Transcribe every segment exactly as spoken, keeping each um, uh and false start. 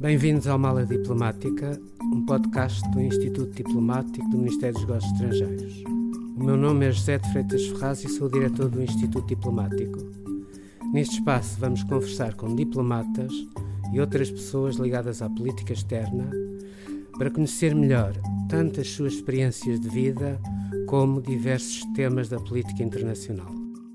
Bem-vindos ao Mala Diplomática, um podcast do Instituto Diplomático do Ministério dos Negócios Estrangeiros. O meu nome é José de Freitas Ferraz e sou o diretor do Instituto Diplomático. Neste espaço vamos conversar com diplomatas e outras pessoas ligadas à política externa para conhecer melhor tanto as suas experiências de vida como diversos temas da política internacional.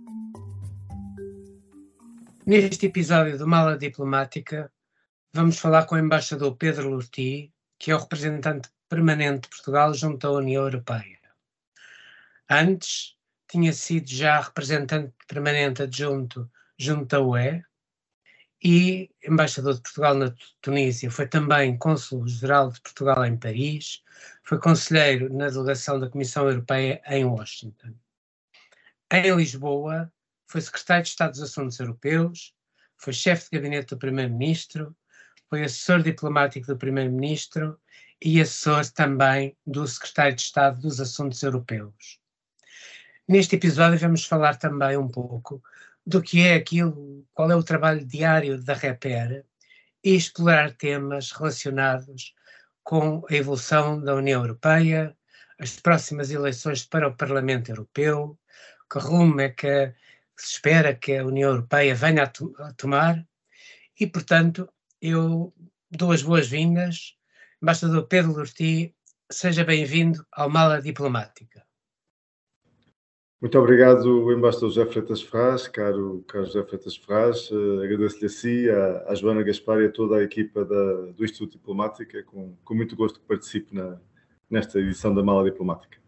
Neste episódio do Mala Diplomática, vamos falar com o embaixador Pedro Lortie, que é o representante permanente de Portugal junto à União Europeia. Antes, tinha sido já representante permanente adjunto junto à U E e embaixador de Portugal na Tunísia. Foi também cônsul-geral de Portugal em Paris, foi conselheiro na delegação da Comissão Europeia em Washington. Em Lisboa, foi secretário de Estado dos Assuntos Europeus, foi chefe de gabinete do Primeiro-Ministro, foi assessor diplomático do Primeiro-Ministro e assessor também do secretário de Estado dos Assuntos Europeus. Neste episódio vamos falar também um pouco do que é aquilo, qual é o trabalho diário da REPER e explorar temas relacionados com a evolução da União Europeia, as próximas eleições para o Parlamento Europeu, que rumo é que se espera que a União Europeia venha a, to- a tomar e, portanto, eu dou as boas-vindas. Embaixador Pedro Lortie, seja bem-vindo ao Mala Diplomática. Muito obrigado, embaixador José Freitas Ferraz, caro, caro José Freitas Ferraz. Uh, agradeço-lhe a si, à, à Joana Gaspar e a toda a equipa da, do Instituto Diplomático. É com, com muito gosto que participo na, nesta edição da Mala Diplomática.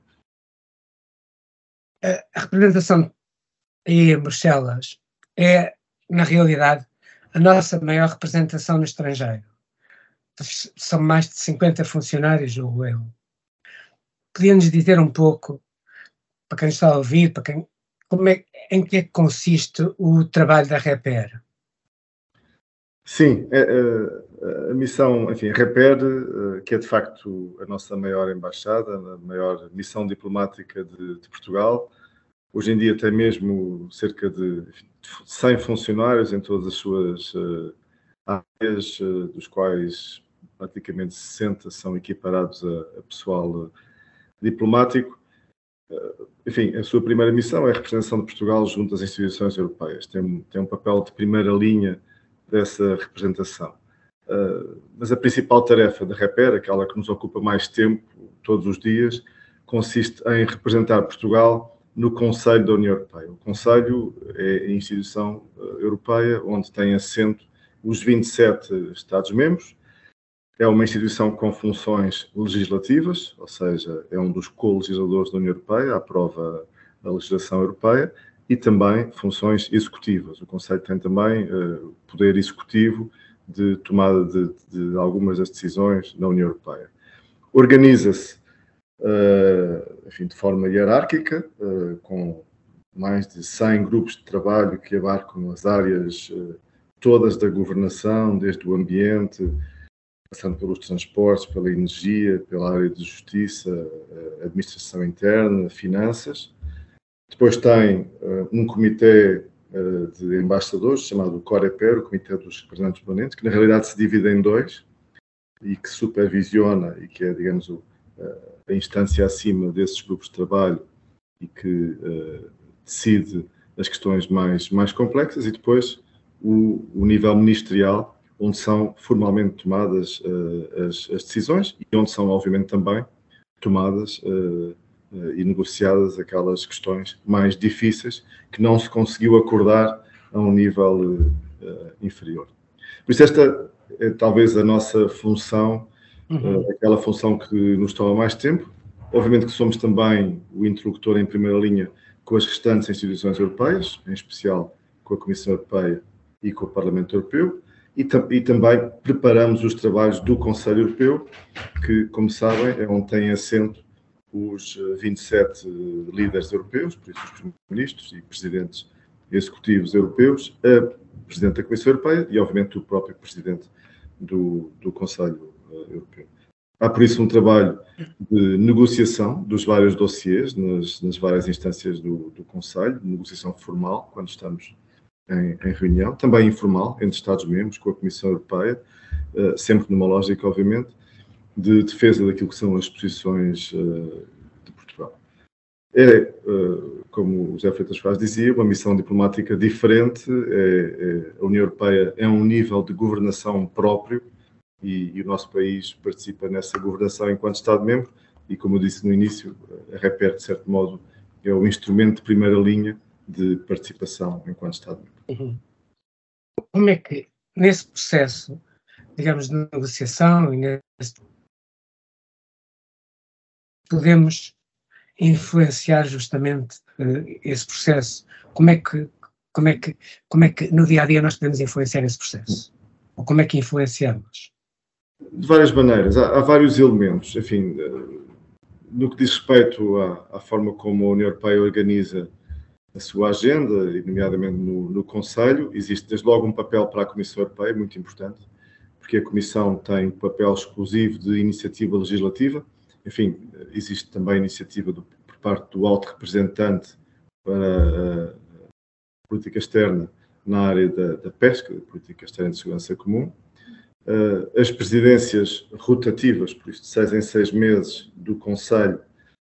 A, a representação aí em Bruxelas é, na realidade, a nossa maior representação no estrangeiro. São mais de cinquenta funcionários, julgo eu. Podia-nos dizer um pouco, para quem está a ouvir, para quem, como é, em que é que consiste o trabalho da REPER? Sim, é, é, a missão, enfim, a REPER, que é de facto a nossa maior embaixada, a maior missão diplomática de, de Portugal. Hoje em dia tem mesmo cerca de cem funcionários em todas as suas uh, áreas, uh, dos quais praticamente sessenta são equiparados a, a pessoal uh, diplomático. Uh, enfim, a sua primeira missão é a representação de Portugal junto às instituições europeias. Tem, tem um papel de primeira linha dessa representação. Uh, mas a principal tarefa da REPER, aquela que nos ocupa mais tempo, todos os dias, consiste em representar Portugal no Conselho da União Europeia. O Conselho é a instituição europeia onde tem assento os vinte e sete Estados-membros. É uma instituição com funções legislativas, ou seja, é um dos co-legisladores da União Europeia, aprova a legislação europeia, e também funções executivas. O Conselho tem também uh, poder executivo de tomada de, de algumas das decisões na União Europeia. Organiza-se Uh, enfim, de forma hierárquica, uh, com mais de cem grupos de trabalho que abarcam as áreas uh, todas da governação, desde o ambiente, passando pelos transportes, pela energia, pela área de justiça, uh, administração interna, finanças. Depois tem uh, um comitê uh, de embaixadores, chamado COREPER, o Comitê dos Representantes Permanentes, que na realidade se divide em dois e que supervisiona e que é, digamos, o uh, a instância acima desses grupos de trabalho e que uh, decide as questões mais, mais complexas, e depois o, o nível ministerial, onde são formalmente tomadas uh, as, as decisões e onde são, obviamente, também tomadas uh, uh, e negociadas aquelas questões mais difíceis que não se conseguiu acordar a um nível uh, inferior. Por isso, esta é talvez a nossa função, Uhum. Uh, aquela função que nos toma mais tempo. Obviamente que somos também o interlocutor em primeira linha com as restantes instituições europeias, em especial com a Comissão Europeia e com o Parlamento Europeu, e, tam- e também preparamos os trabalhos do Conselho Europeu, que, como sabem, é onde têm assento os vinte e sete líderes europeus, por isso os primeiros-ministros e presidentes executivos europeus, a Presidente da Comissão Europeia e, obviamente, o próprio Presidente do, do Conselho Europeu. Há, por isso, um trabalho de negociação dos vários dossiês nas, nas várias instâncias do, do Conselho, negociação formal, quando estamos em, em reunião, também informal, entre Estados-membros, com a Comissão Europeia, sempre numa lógica, obviamente, de defesa daquilo que são as posições de Portugal. É, como o José Freitas Vaz dizia, uma missão diplomática diferente. É, é, a União Europeia é um nível de governação próprio e, e o nosso país participa nessa governação enquanto Estado-membro e, como eu disse no início, a REPER, de certo modo, é o instrumento de primeira linha de participação enquanto Estado-membro. Uhum. Como é que, nesse processo, digamos, de negociação, e nesse, podemos influenciar justamente uh, esse processo? Como é que, como é que, como é que no dia a dia nós podemos influenciar esse processo? Ou como é que influenciamos? De várias maneiras, há, há vários elementos. Enfim, no que diz respeito à, à forma como a União Europeia organiza a sua agenda, e nomeadamente no, no Conselho, existe desde logo um papel para a Comissão Europeia, muito importante, porque a Comissão tem um papel exclusivo de iniciativa legislativa. Enfim, existe também a iniciativa do, por parte do alto representante para a política externa na área da, da pesca, da política externa de segurança comum. As presidências rotativas, por isso de seis em seis meses, do Conselho,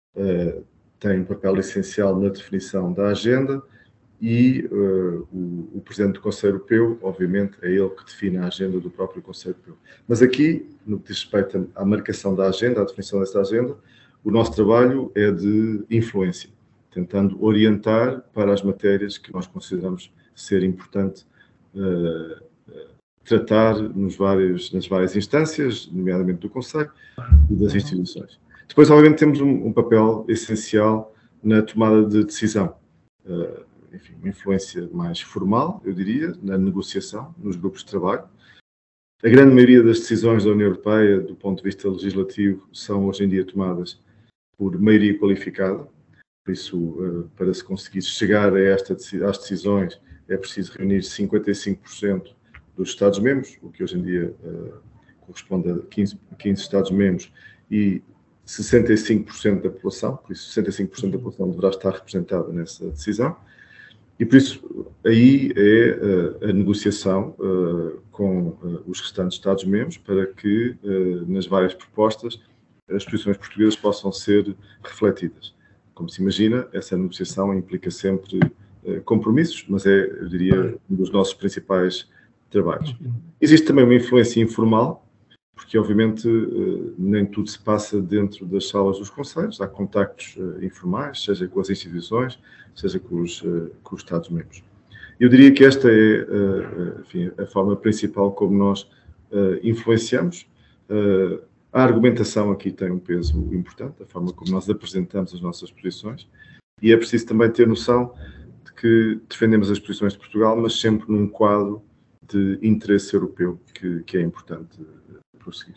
têm um papel essencial na definição da agenda e uh, o, o Presidente do Conselho Europeu, obviamente, é ele que define a agenda do próprio Conselho Europeu. Mas aqui, no que diz respeito à marcação da agenda, à definição dessa agenda, o nosso trabalho é de influência, tentando orientar para as matérias que nós consideramos ser importante uh, tratar nos vários, nas várias instâncias, nomeadamente do Conselho e das instituições. Depois, obviamente, temos um, um papel essencial na tomada de decisão. Uh, enfim, uma influência mais formal, eu diria, na negociação, nos grupos de trabalho. A grande maioria das decisões da União Europeia, do ponto de vista legislativo, são hoje em dia tomadas por maioria qualificada. Por isso, uh, para se conseguir chegar a esta, às decisões, é preciso reunir cinquenta e cinco por cento dos Estados-membros, o que hoje em dia uh, corresponde a quinze, quinze Estados-membros, e sessenta e cinco por cento da população, por isso sessenta e cinco por cento da população deverá estar representada nessa decisão. E por isso, aí é uh, a negociação uh, com uh, os restantes Estados-membros para que, uh, nas várias propostas, as posições portuguesas possam ser refletidas. Como se imagina, essa negociação implica sempre uh, compromissos, mas é, eu diria, um dos nossos principais trabalhos. Existe também uma influência informal, porque, obviamente, uh, nem tudo se passa dentro das salas dos conselhos. Há contactos uh, informais, seja com as instituições, seja com os, uh, com os Estados-membros. Eu diria que esta é uh, enfim, a forma principal como nós uh, influenciamos. Uh, a argumentação aqui tem um peso importante, a forma como nós apresentamos as nossas posições, e é preciso também ter noção de que defendemos as posições de Portugal, mas sempre num quadro de interesse europeu, que, que é importante prosseguir.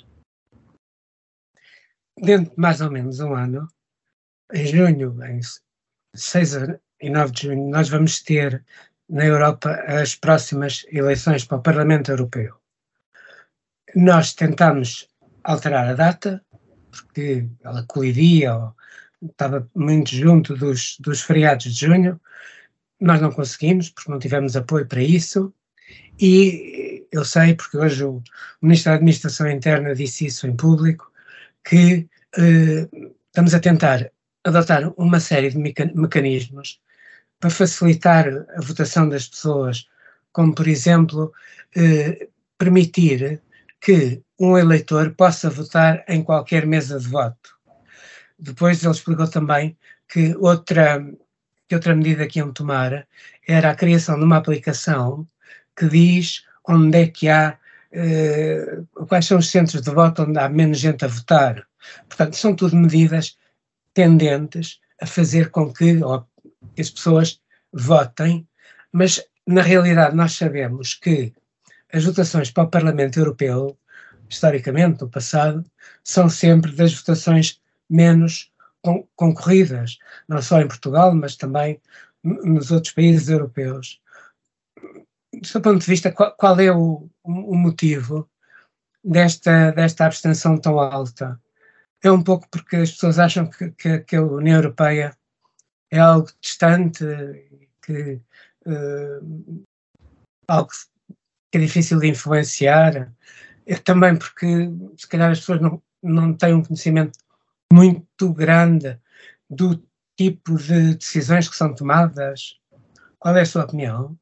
Dentro de mais ou menos um ano, em junho, em seis e nove de junho, nós vamos ter na Europa as próximas eleições para o Parlamento Europeu. Nós tentamos alterar a data, porque ela colidia ou estava muito junto dos, dos feriados de junho. Nós não conseguimos, porque não tivemos apoio para isso. E eu sei, porque hoje o Ministro da Administração Interna disse isso em público, que eh, estamos a tentar adotar uma série de meca- mecanismos para facilitar a votação das pessoas, como, por exemplo, eh, permitir que um eleitor possa votar em qualquer mesa de voto. Depois ele explicou também que outra, que outra medida que iam tomar era a criação de uma aplicação que diz onde é que há, eh, quais são os centros de voto onde há menos gente a votar. Portanto, são tudo medidas tendentes a fazer com que ó, as pessoas votem, mas na realidade nós sabemos que as votações para o Parlamento Europeu, historicamente, no passado, são sempre das votações menos con- concorridas, não só em Portugal, mas também n- nos outros países europeus. Do seu ponto de vista, qual, qual é o, o motivo desta, desta abstenção tão alta? É um pouco porque as pessoas acham que, que, que a União Europeia é algo distante, que, uh, algo que é difícil de influenciar. Eu também, porque se calhar as pessoas não, não têm um conhecimento muito grande do tipo de decisões que são tomadas. Qual é a sua opinião?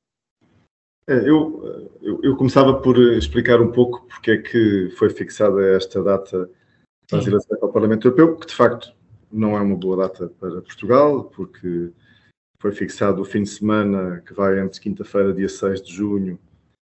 É, eu, eu, eu começava por explicar um pouco porque é que foi fixada esta data para as Sim, eleições ao Parlamento Europeu, que de facto não é uma boa data para Portugal, porque foi fixado o fim de semana que vai entre quinta-feira, dia seis de junho,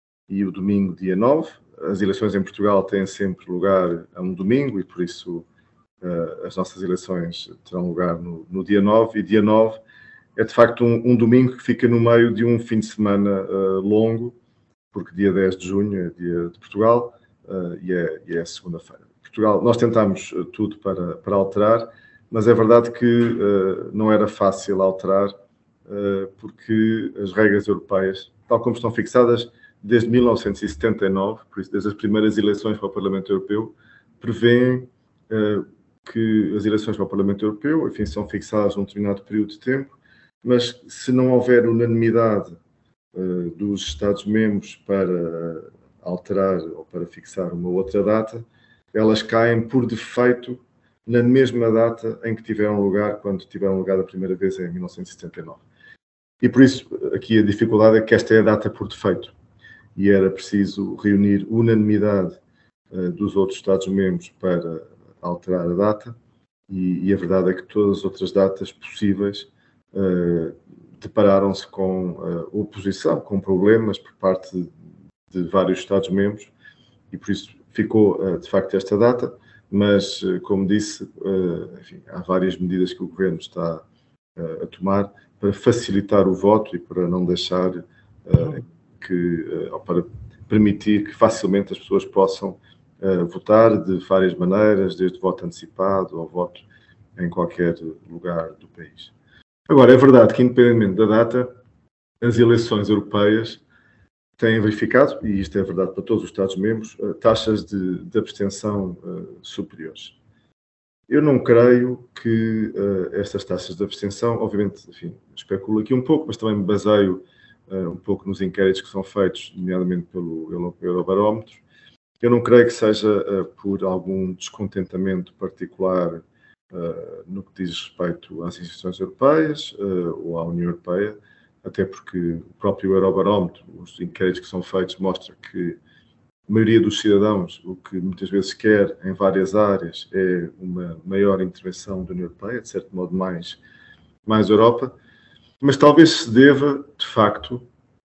e o domingo, dia nove. As eleições em Portugal têm sempre lugar a um domingo e, por isso, uh, as nossas eleições terão lugar no, no dia nove. E dia nove é, de facto, um, um domingo que fica no meio de um fim de semana uh, longo, porque dia dez de junho é dia de Portugal uh, e é, e é segunda-feira. Portugal, nós tentámos uh, tudo para, para alterar, mas é verdade que uh, não era fácil alterar, uh, porque as regras europeias, tal como estão fixadas desde mil novecentos e setenta e nove, por isso desde as primeiras eleições para o Parlamento Europeu, prevêem uh, que as eleições para o Parlamento Europeu, enfim, são fixadas num determinado período de tempo, mas se não houver unanimidade uh, dos Estados-membros para alterar ou para fixar uma outra data, elas caem por defeito na mesma data em que tiveram lugar, quando tiveram lugar a primeira vez em mil novecentos e setenta e nove. E por isso, aqui a dificuldade é que esta é a data por defeito. E era preciso reunir unanimidade uh, dos outros Estados-membros para alterar a data, e, e a verdade é que todas as outras datas possíveis uh, depararam-se com uh, oposição, com problemas por parte de, de vários Estados-membros, e por isso ficou, uh, de facto, esta data, mas, uh, como disse, uh, enfim, há várias medidas que o Governo está uh, a tomar para facilitar o voto e para não deixar... Uh, que, ou para permitir que facilmente as pessoas possam uh, votar de várias maneiras, desde voto antecipado ou voto em qualquer lugar do país. Agora, é verdade que, independentemente da data, as eleições europeias têm verificado, e isto é verdade para todos os Estados-membros, uh, taxas de, de abstenção uh, superiores. Eu não creio que uh, estas taxas de abstenção, obviamente, enfim, especulo aqui um pouco, mas também me baseio Uh, um pouco nos inquéritos que são feitos, nomeadamente pelo Eurobarómetro. Eu não creio que seja uh, por algum descontentamento particular uh, no que diz respeito às instituições europeias uh, ou à União Europeia, até porque o próprio Eurobarómetro, os inquéritos que são feitos, mostram que a maioria dos cidadãos, o que muitas vezes quer em várias áreas, é uma maior intervenção da União Europeia, de certo modo mais, mais Europa. Mas talvez se deva, de facto,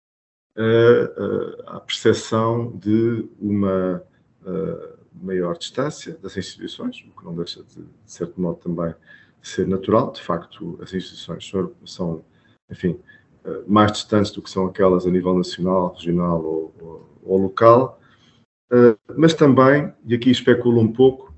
à percepção de uma maior distância das instituições, o que não deixa de, de certo modo, também ser natural. De facto, as instituições são, enfim, mais distantes do que são aquelas a nível nacional, regional ou, ou, ou local. Mas também, e aqui especulo um pouco,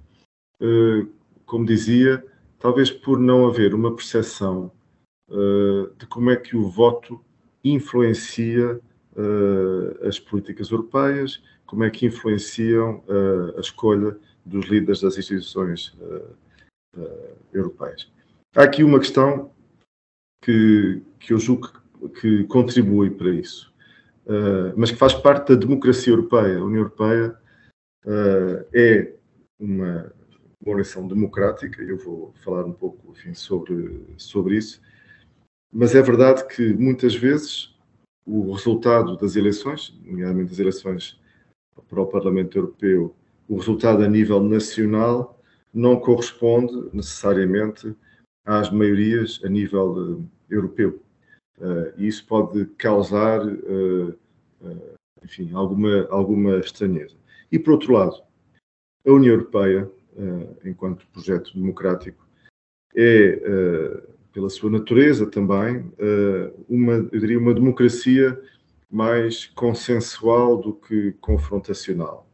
como dizia, talvez por não haver uma percepção de como é que o voto influencia uh, as políticas europeias, como é que influenciam uh, a escolha dos líderes das instituições uh, uh, europeias. Há aqui uma questão que, que eu julgo que, que contribui para isso, uh, mas que faz parte da democracia europeia. A União Europeia uh, é uma, uma organização democrática, eu vou falar um pouco, enfim, sobre, sobre isso. Mas é verdade que, muitas vezes, o resultado das eleições, nomeadamente as eleições para o Parlamento Europeu, o resultado a nível nacional não corresponde necessariamente às maiorias a nível uh, europeu. Uh, e isso pode causar, uh, uh, enfim, alguma, alguma estranheza. E, por outro lado, a União Europeia, uh, enquanto projeto democrático, é... Uh, pela sua natureza também, uma, eu diria, uma democracia mais consensual do que confrontacional.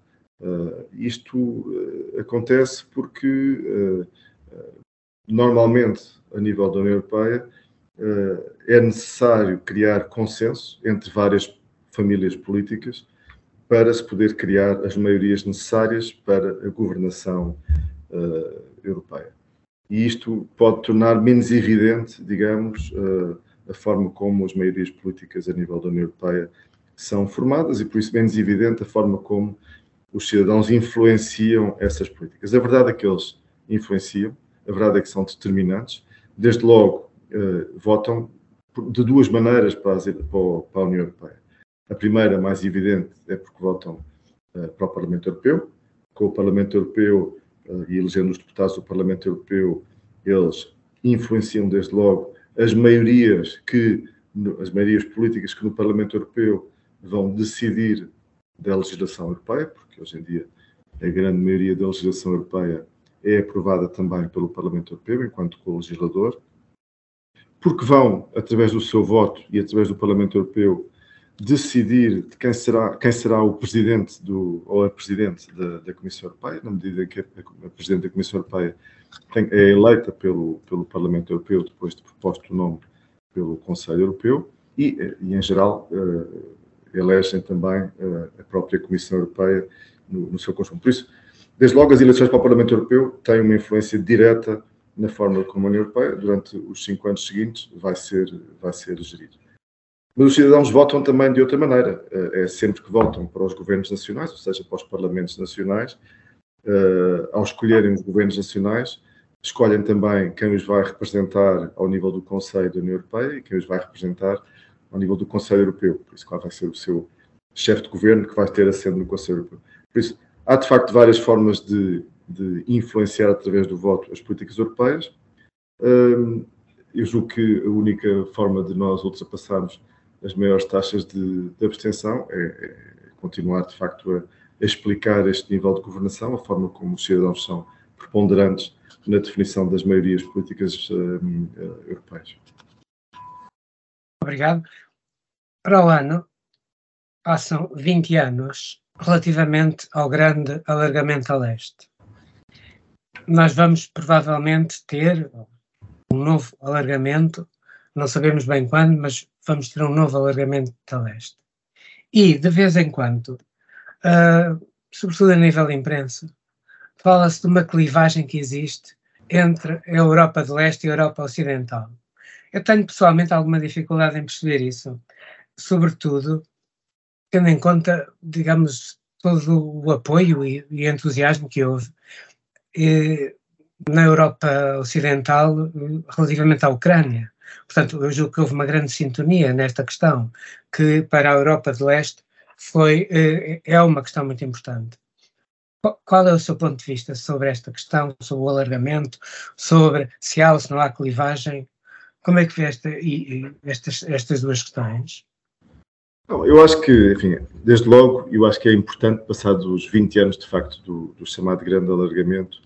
Isto acontece porque, normalmente, a nível da União Europeia, é necessário criar consenso entre várias famílias políticas para se poder criar as maiorias necessárias para a governação europeia. E isto pode tornar menos evidente, digamos, a forma como as maiorias políticas a nível da União Europeia são formadas e, por isso, menos evidente a forma como os cidadãos influenciam essas políticas. A verdade é que eles influenciam, a verdade é que são determinantes. Desde logo, eh, votam de duas maneiras para, as, para a União Europeia. A primeira, mais evidente, é porque votam eh, para o Parlamento Europeu. Com o Parlamento Europeu eh, e elegendo os deputados do Parlamento Europeu, eles influenciam desde logo as maiorias que as maiorias políticas que no Parlamento Europeu vão decidir da legislação europeia, porque hoje em dia a grande maioria da legislação europeia é aprovada também pelo Parlamento Europeu, enquanto co-legislador, porque vão, através do seu voto e através do Parlamento Europeu, decidir de quem será, quem será o presidente do, ou a presidente da, da Comissão Europeia, na medida em que a, a presidente da Comissão Europeia tem, é eleita pelo, pelo Parlamento Europeu, depois de proposto o nome pelo Conselho Europeu, e, e em geral, uh, elegem também uh, a própria Comissão Europeia no, no seu conjunto. Por isso, desde logo, as eleições para o Parlamento Europeu têm uma influência direta na forma como a União Europeia, durante os cinco anos seguintes, vai ser, vai ser gerida. Mas os cidadãos votam também de outra maneira. É sempre que votam para os governos nacionais, ou seja, para os parlamentos nacionais, ao escolherem os governos nacionais, escolhem também quem os vai representar ao nível do Conselho da União Europeia e quem os vai representar ao nível do Conselho Europeu. Por isso, qual vai ser o seu chefe de governo que vai ter assento no Conselho Europeu. Por isso, há de facto várias formas de, de influenciar através do voto as políticas europeias. Eu julgo que a única forma de nós ultrapassarmos as maiores taxas de, de abstenção é, é continuar, de facto, a, a explicar este nível de governação, a forma como os cidadãos são preponderantes na definição das maiorias políticas uh, uh, europeias. Obrigado. Para o ano, passam vinte anos relativamente ao grande alargamento a leste. Nós vamos provavelmente ter um novo alargamento, não sabemos bem quando, mas vamos ter um novo alargamento a leste. E, de vez em quando, uh, sobretudo a nível de imprensa, fala-se de uma clivagem que existe entre a Europa de leste e a Europa ocidental. Eu tenho pessoalmente alguma dificuldade em perceber isso, sobretudo tendo em conta, digamos, todo o apoio e, e entusiasmo que houve e, na Europa ocidental relativamente à Ucrânia. Portanto, eu julgo que houve uma grande sintonia nesta questão, que para a Europa de leste foi, é uma questão muito importante. Qual é o seu ponto de vista sobre esta questão, sobre o alargamento, sobre se há ou se não há clivagem? Como é que vê esta, estas, estas duas questões? Não, eu acho que, enfim, desde logo, eu acho que é importante, passados os vinte anos, de facto, do, do chamado grande alargamento,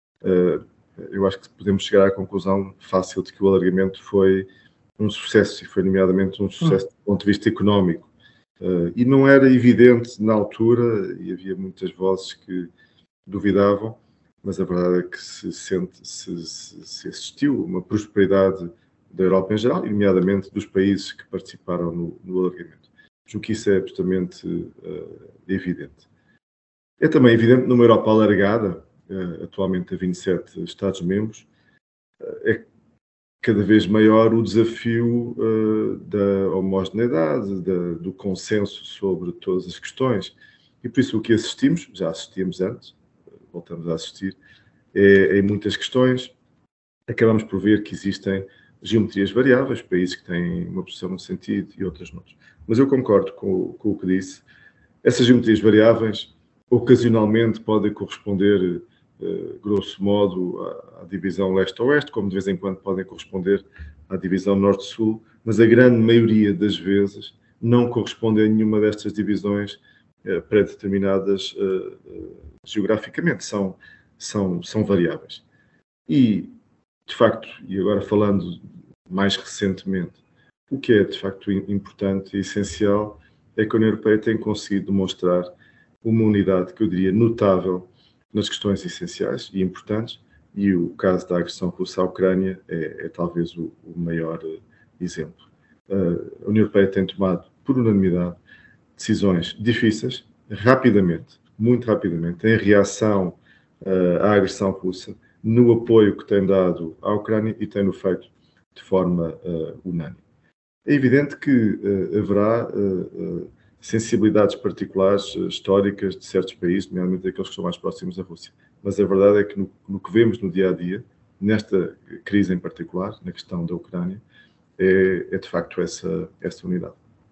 uh, eu acho que podemos chegar à conclusão fácil de que o alargamento foi um sucesso, e foi nomeadamente um sucesso hum. do ponto de vista económico. Uh, e não era evidente na altura, e havia muitas vozes que duvidavam, mas a verdade é que se, sente, se, se, se assistiu uma prosperidade da Europa em geral, e nomeadamente dos países que participaram no, no alargamento. Julgo que isso é absolutamente uh, evidente. É também evidente numa Europa alargada, uh, atualmente a vinte e sete Estados-membros, uh, é cada vez maior o desafio uh, da homogeneidade, da, do consenso sobre todas as questões. E por isso o que assistimos, já assistíamos antes, voltamos a assistir, é, em muitas questões, acabamos por ver que existem geometrias variáveis, países que têm uma posição num sentido e outras noutros. Mas eu concordo com, com o que disse. Essas geometrias variáveis ocasionalmente podem corresponder, eh, grosso modo, à, à divisão leste-oeste, como de vez em quando podem corresponder à divisão norte-sul, mas a grande maioria das vezes não corresponde a nenhuma destas divisões eh, pré-determinadas eh, eh, geograficamente, são, são, são variáveis. E, de facto, e agora falando mais recentemente, o que é, de facto, importante e essencial é que a União Europeia tem conseguido demonstrar uma unidade, que eu diria, notável nas questões essenciais e importantes, e o caso da agressão russa à Ucrânia é, é talvez o, o maior uh, exemplo. Uh, a União Europeia tem tomado, por unanimidade, decisões difíceis, rapidamente, muito rapidamente, em reação uh, à agressão russa, no apoio que tem dado à Ucrânia e tem-no feito de forma uh, unânime. É evidente que uh, haverá uh, uh, sensibilidades particulares, históricas de certos países, nomeadamente daqueles que estão mais próximos da Rússia. Mas a verdade é que no, no que vemos no dia-a-dia, nesta crise em particular, na questão da Ucrânia, é, é de facto essa, essa unidade.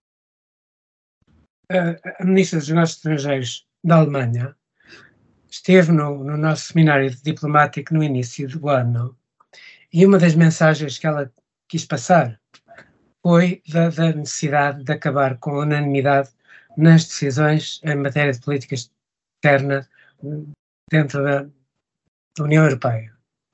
A, a Ministra dos Negócios Estrangeiros da Alemanha esteve no, no nosso seminário diplomático no início do ano e uma das mensagens que ela quis passar foi da, da necessidade de acabar com a unanimidade nas decisões em matéria de política externa dentro da, da União Europeia.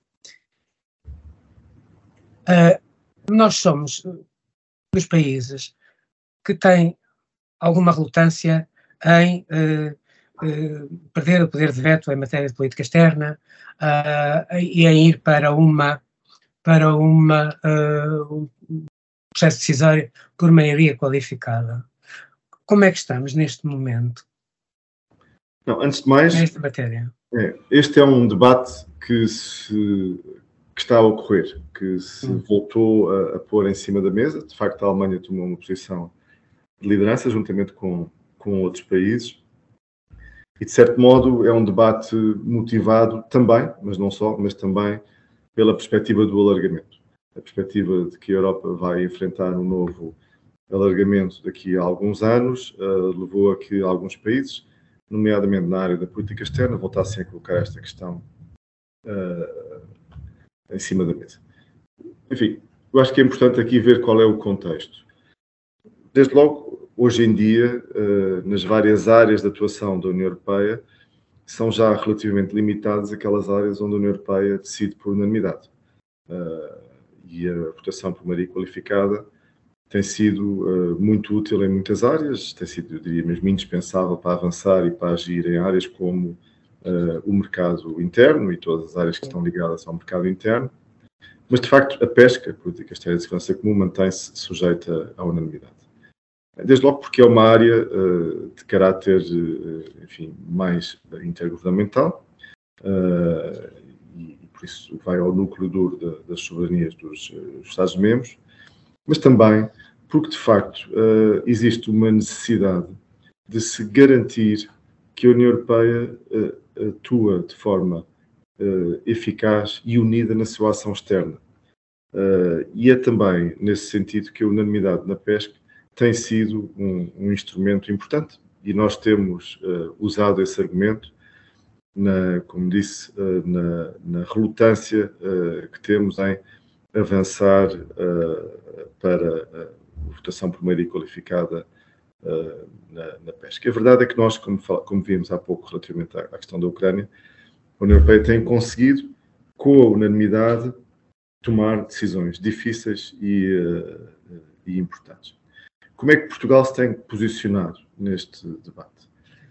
Uh, nós somos dos países que têm alguma relutância em uh, uh, perder o poder de veto em matéria de política externa uh, e em ir para uma para uma uh, um processo decisório por maioria qualificada. Como é que estamos neste momento? Não, antes de mais, nesta matéria? É, este é um debate que, se, que está a ocorrer, que se hum. voltou a, a pôr em cima da mesa. De facto, a Alemanha tomou uma posição de liderança juntamente com, com outros países e, de certo modo, é um debate motivado também, mas não só, mas também pela perspectiva do alargamento. A perspectiva de que a Europa vai enfrentar um novo alargamento daqui a alguns anos uh, levou a que alguns países, nomeadamente na área da política externa, voltassem a colocar esta questão uh, em cima da mesa. Enfim, eu acho que é importante aqui ver qual é o contexto. Desde logo, hoje em dia, uh, nas várias áreas de atuação da União Europeia, são já relativamente limitadas aquelas áreas onde a União Europeia decide por unanimidade. Uh, e a votação por maioria qualificada tem sido uh, muito útil em muitas áreas, tem sido, eu diria mesmo, indispensável para avançar e para agir em áreas como uh, o mercado interno e todas as áreas que estão ligadas ao mercado interno. Mas, de facto, a pesca, a política externa de segurança comum, mantém-se sujeita à unanimidade. Desde logo porque é uma área uh, de caráter, uh, enfim, mais intergovernamental, uh, e, e por isso vai ao núcleo duro da, das soberanias dos uh, Estados-membros, mas também porque, de facto, uh, existe uma necessidade de se garantir que a União Europeia uh, atua de forma uh, eficaz e unida na sua ação externa. Uh, e é também nesse sentido que a unanimidade na pesca tem sido um, um instrumento importante. E nós temos uh, usado esse argumento, na, como disse, uh, na, na relutância uh, que temos em avançar uh, para a votação por maioria qualificada uh, na, na pesca. A verdade é que nós, como, como vimos há pouco relativamente à, à questão da Ucrânia, a União Europeia tem conseguido, com a unanimidade, tomar decisões difíceis e, uh, e importantes. Como é que Portugal se tem posicionado neste debate?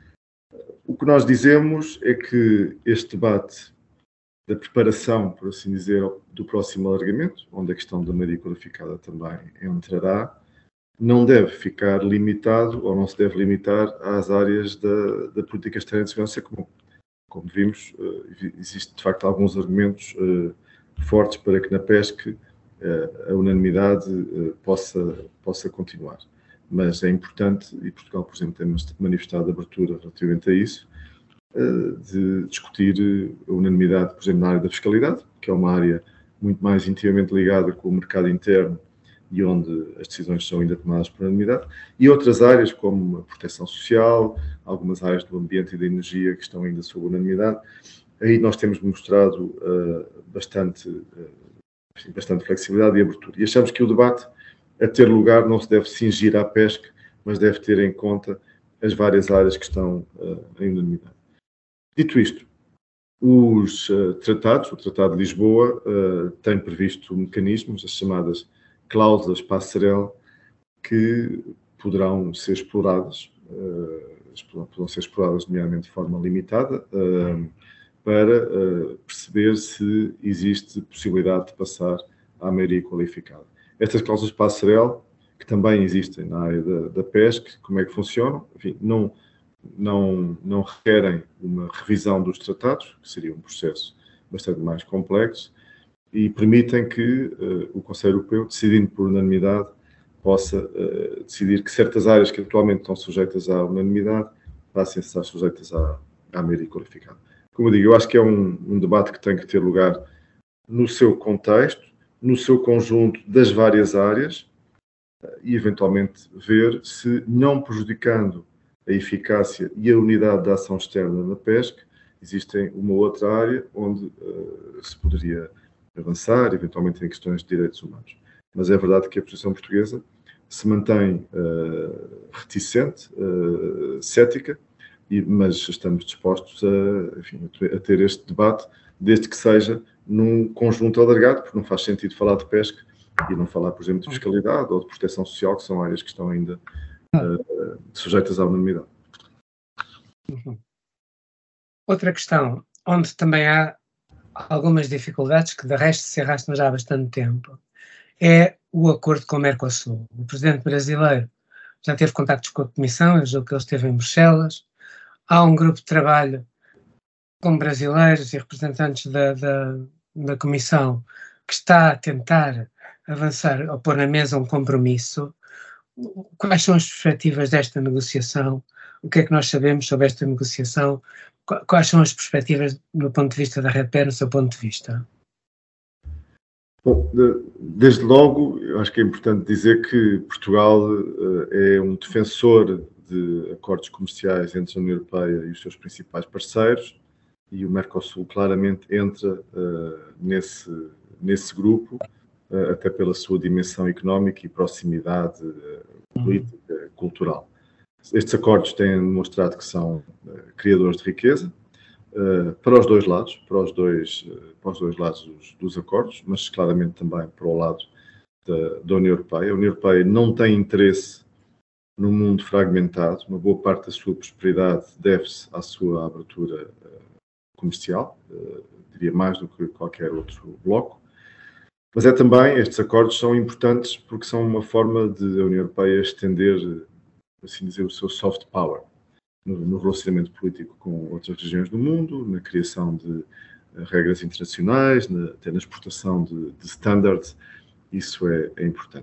O que nós dizemos é que este debate da preparação, por assim dizer, do próximo alargamento, onde a questão da maioria qualificada também entrará, não deve ficar limitado ou não se deve limitar às áreas da, da política externa de segurança comum. Como vimos, existe de facto alguns argumentos fortes para que na pesca a unanimidade possa, possa continuar. Mas é importante, e Portugal, por exemplo, tem manifestado abertura relativamente a isso, de discutir a unanimidade, por exemplo, na área da fiscalidade, que é uma área muito mais intimamente ligada com o mercado interno e onde as decisões são ainda tomadas por unanimidade, e outras áreas como a proteção social, algumas áreas do ambiente e da energia que estão ainda sob unanimidade. Aí nós temos mostrado uh, bastante, uh, bastante flexibilidade e abertura. E achamos que o debate a ter lugar não se deve cingir à pesca, mas deve ter em conta as várias áreas que estão uh, em unanimidade. Dito isto, os uh, tratados, o Tratado de Lisboa, uh, tem previsto mecanismos, as chamadas cláusulas passerelle, que poderão ser exploradas, uh, poderão ser exploradas, nomeadamente de forma limitada, uh, para uh, perceber se existe possibilidade de passar à maioria qualificada. Estas cláusulas passerelle, que também existem na área da, da pesca, como é que funcionam? Enfim, não, não, não requerem uma revisão dos tratados, que seria um processo bastante mais complexo, e permitem que uh, o Conselho Europeu, decidindo por unanimidade, possa uh, decidir que certas áreas que atualmente estão sujeitas à unanimidade passem a estar sujeitas à, à maioria qualificada. Como eu digo, eu acho que é um, um debate que tem que ter lugar no seu contexto, no seu conjunto das várias áreas e, eventualmente, ver se, não prejudicando a eficácia e a unidade da ação externa na pesca, existem uma outra área onde uh, se poderia avançar, eventualmente em questões de direitos humanos. Mas é verdade que a posição portuguesa se mantém uh, reticente, uh, cética, e, mas estamos dispostos a, enfim, a ter este debate, desde que seja num conjunto alargado, porque não faz sentido falar de pesca e não falar, por exemplo, de fiscalidade ou de proteção social, que são áreas que estão ainda uh, sujeitas à unanimidade. Uhum. Outra questão, onde também há algumas dificuldades, que de resto se arrastam já há bastante tempo, é o acordo com o Mercosul. O presidente brasileiro já teve contactos com a Comissão, eu julgo que ele esteve em Bruxelas. Há um grupo de trabalho com brasileiros e representantes da, da, da Comissão que está a tentar avançar, ou pôr na mesa um compromisso. Quais são as perspectivas desta negociação? O que é que nós sabemos sobre esta negociação? Quais são as perspectivas do ponto de vista da REPER, no seu ponto de vista? Bom, desde logo, eu acho que é importante dizer que Portugal uh, é um defensor de acordos comerciais entre a União Europeia e os seus principais parceiros, e o Mercosul claramente entra uh, nesse, nesse grupo, uh, até pela sua dimensão económica e proximidade uh, política, uhum. cultural. Estes acordos têm demonstrado que são uh, criadores de riqueza, Uh, para os dois lados, para os dois, uh, para os dois lados dos, dos acordos, mas claramente também para o lado da, da União Europeia. A União Europeia não tem interesse num mundo fragmentado, uma boa parte da sua prosperidade deve-se à sua abertura uh, comercial, uh, diria mais do que qualquer outro bloco, mas é também, estes acordos são importantes porque são uma forma de a União Europeia estender, assim dizer, o seu soft power No, no relacionamento político com outras regiões do mundo, na criação de uh, regras internacionais, na, até na exportação de, de standards, isso é, é importante.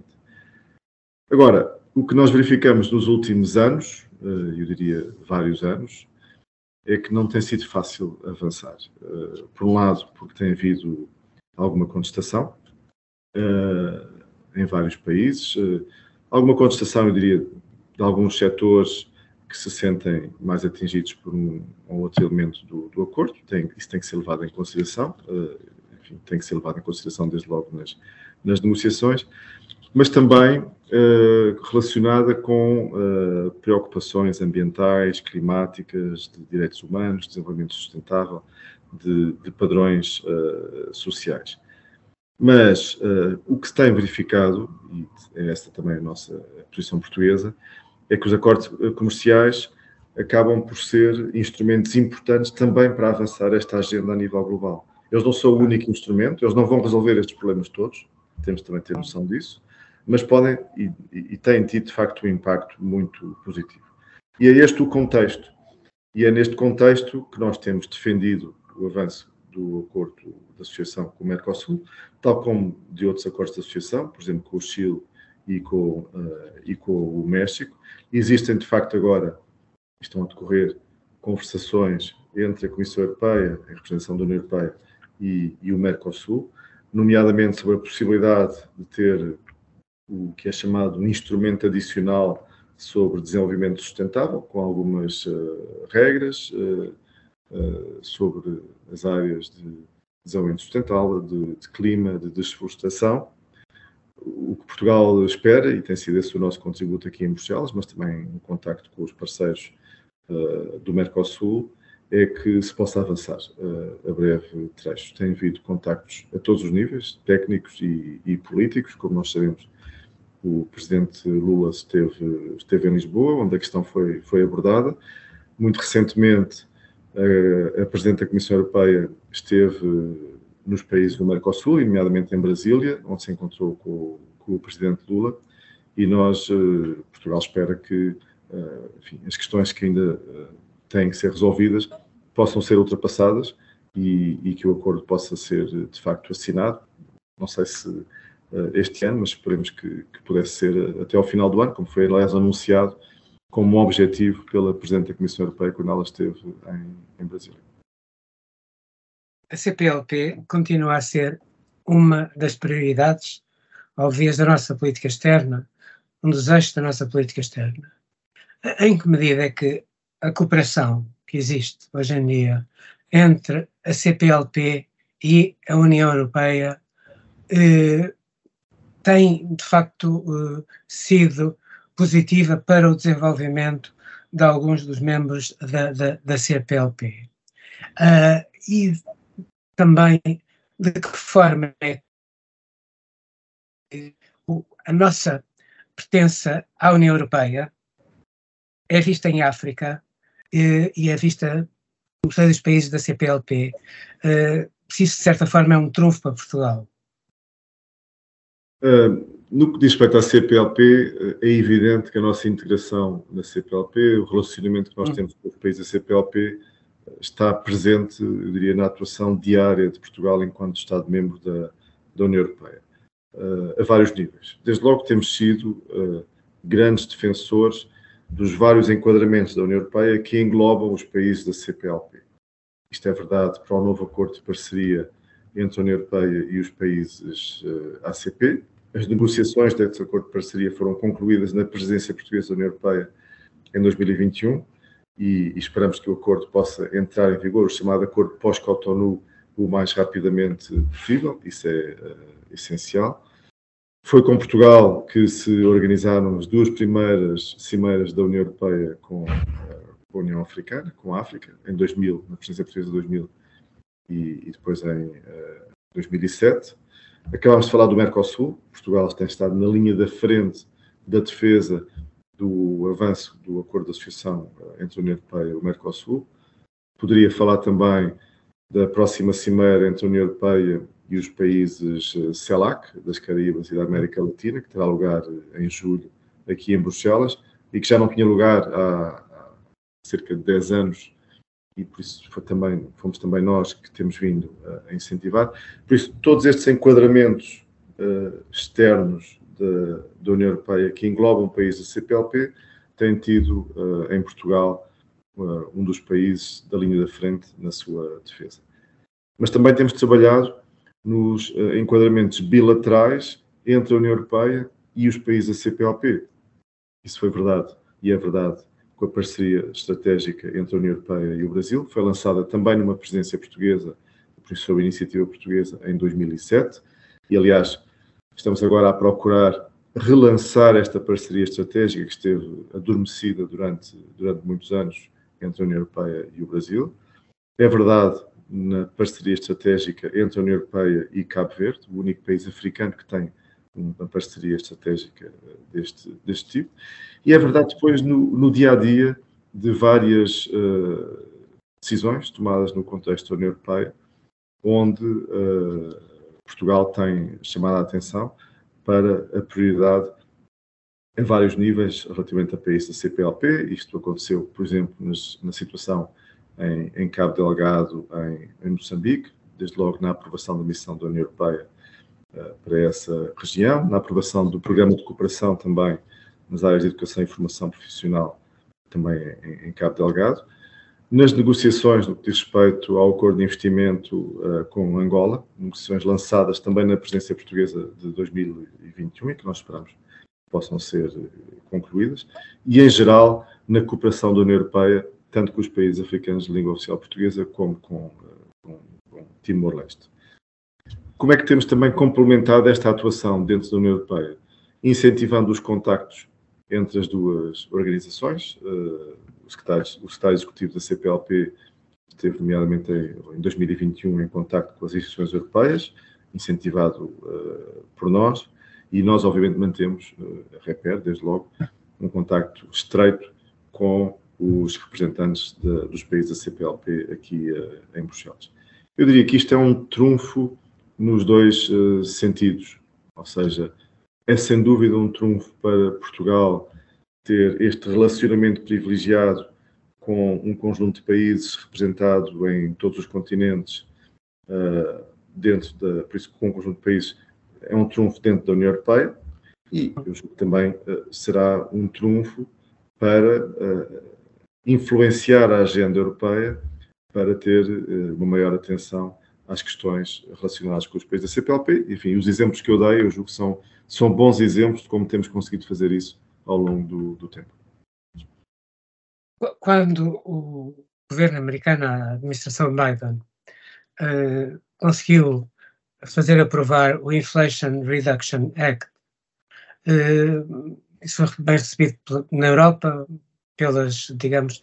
Agora, o que nós verificamos nos últimos anos, uh, eu diria vários anos, é que não tem sido fácil avançar. Uh, por um lado, porque tem havido alguma contestação uh, em vários países, uh, alguma contestação, eu diria, de alguns setores que se sentem mais atingidos por um ou outro elemento do, do acordo. Tem, isso tem que ser levado em consideração, uh, enfim, tem que ser levado em consideração desde logo nas, nas negociações, mas também uh, relacionada com uh, preocupações ambientais, climáticas, de direitos humanos, desenvolvimento sustentável, de, de padrões uh, sociais. Mas uh, o que se tem verificado, e é esta também a nossa posição portuguesa, é que os acordos comerciais acabam por ser instrumentos importantes também para avançar esta agenda a nível global. Eles não são o único instrumento, eles não vão resolver estes problemas todos, temos também ter noção disso, mas podem e, e têm tido, de facto, um impacto muito positivo. E é este o contexto, e é neste contexto que nós temos defendido o avanço do acordo de associação com o Mercosul, tal como de outros acordos de associação, por exemplo, com o Chile e com, uh, e com o México. Existem, de facto, agora, estão a decorrer conversações entre a Comissão Europeia, a representação da União Europeia e, e o Mercosul, nomeadamente sobre a possibilidade de ter o que é chamado um instrumento adicional sobre desenvolvimento sustentável, com algumas uh, regras uh, uh, sobre as áreas de desenvolvimento sustentável, de, de clima, de desflorestação. O que Portugal espera, e tem sido esse o nosso contributo aqui em Bruxelas, mas também em contacto com os parceiros uh, do Mercosul, é que se possa avançar uh, a breve trecho. Tem havido contactos a todos os níveis, técnicos e, e políticos. Como nós sabemos, o presidente Lula esteve, esteve em Lisboa, onde a questão foi, foi abordada. Muito recentemente, uh, a presidente da Comissão Europeia esteve nos países do Mercosul, nomeadamente em Brasília, onde se encontrou com, com o presidente Lula, e nós, uh, Portugal espera que uh, enfim, as questões que ainda uh, têm que ser resolvidas possam ser ultrapassadas e, e que o acordo possa ser, de facto, assinado. Não sei se este ano, mas esperemos que, que pudesse ser até ao final do ano, como foi, aliás, anunciado como um objetivo pela Presidente da Comissão Europeia quando ela esteve em, em Brasília. A C P L P continua a ser uma das prioridades, óbvias, da nossa política externa, um dos eixos da nossa política externa. Em que medida é que a cooperação que existe hoje em dia entre a C P L P e a União Europeia eh, tem, de facto, eh, sido positiva para o desenvolvimento de alguns dos membros da, da, da C P L P? Uh, e também de que forma é que a nossa pertença à União Europeia é vista em África e, e é vista nos dos países da C P L P, uh, se isso de certa forma é um trunfo para Portugal? Uh, no que diz respeito à C P L P, uh, é evidente que a nossa integração na C P L P, o relacionamento que nós hum. temos com os países da C P L P, está presente, eu diria, na atuação diária de Portugal enquanto Estado-membro da, da União Europeia, uh, a vários níveis. Desde logo temos sido uh, grandes defensores dos vários enquadramentos da União Europeia que englobam os países da C P L P. Isto é verdade para o novo acordo de parceria entre a União Europeia e os países uh, A C P. As negociações desse acordo de parceria foram concluídas na presidência portuguesa da União Europeia em dois mil e vinte e um e, e esperamos que o acordo possa entrar em vigor, o chamado acordo pós-Cotonou, o mais rapidamente possível. Isso é uh, essencial. Foi com Portugal que se organizaram as duas primeiras cimeiras da União Europeia com a União Africana, com a África, em dois mil, na presidência portuguesa de dois mil e, e depois em uh, dois mil e sete. Acabámos de falar do Mercosul. Portugal tem estado na linha da frente da defesa do avanço do acordo de associação entre a União Europeia e o Mercosul. Poderia falar também da próxima cimeira entre a União Europeia e os países CELAC, das Caraíbas e da América Latina, que terá lugar em julho aqui em Bruxelas, e que já não tinha lugar há, há cerca de dez anos, e por isso foi também, fomos também nós que temos vindo a incentivar. Por isso, todos estes enquadramentos uh, externos da, da União Europeia, que englobam países da C P L P, têm tido uh, em Portugal uh, um dos países da linha da frente na sua defesa. Mas também temos trabalhado nos uh, enquadramentos bilaterais entre a União Europeia e os países da C P L P. Isso foi verdade e é verdade com a parceria estratégica entre a União Europeia e o Brasil. Foi lançada também numa presidência portuguesa, por isso sob a iniciativa portuguesa, em dois mil e sete. E, aliás, estamos agora a procurar relançar esta parceria estratégica que esteve adormecida durante, durante muitos anos entre a União Europeia e o Brasil. É verdade na parceria estratégica entre a União Europeia e Cabo Verde, o único país africano que tem uma parceria estratégica deste, deste tipo. E é verdade depois no, no dia-a-dia de várias uh, decisões tomadas no contexto da União Europeia, onde uh, Portugal tem chamado a atenção para a prioridade em vários níveis relativamente a países da C P L P. Isto aconteceu, por exemplo, nas, na situação em, em Cabo Delgado, em, em Moçambique, desde logo na aprovação da missão da União Europeia uh, para essa região, na aprovação do programa de cooperação também nas áreas de educação e formação profissional, também em, em Cabo Delgado, nas negociações no que diz respeito ao acordo de investimento uh, com Angola, negociações lançadas também na presidência portuguesa de dois mil e vinte e um e que nós esperamos que possam ser concluídas, e em geral na cooperação da União Europeia, tanto com os países africanos de língua oficial portuguesa como com, com, com Timor-Leste. Como é que temos também complementado esta atuação dentro da União Europeia? Incentivando os contactos entre as duas organizações. Uh, o, secretário, o secretário executivo da C P L P esteve, nomeadamente, em, em dois mil e vinte e um em contacto com as instituições europeias, incentivado uh, por nós, e nós, obviamente, mantemos, uh, a REPER, desde logo, um contacto estreito com os representantes de, dos países da C P L P aqui uh, em Bruxelas. Eu diria que isto é um trunfo nos dois uh, sentidos, ou seja, é sem dúvida um trunfo para Portugal ter este relacionamento privilegiado com um conjunto de países representado em todos os continentes, uh, dentro da, por isso com um conjunto de países é um trunfo dentro da União Europeia e eu julgo que também uh, será um trunfo para uh, influenciar a agenda europeia para ter uh, uma maior atenção às questões relacionadas com os países da C P L P. Enfim, os exemplos que eu dei, eu julgo que são, são bons exemplos de como temos conseguido fazer isso ao longo do, do tempo. Quando o governo americano, a administração Biden, uh, conseguiu fazer aprovar o Inflation Reduction Act, uh, isso foi bem recebido na Europa pelas, digamos,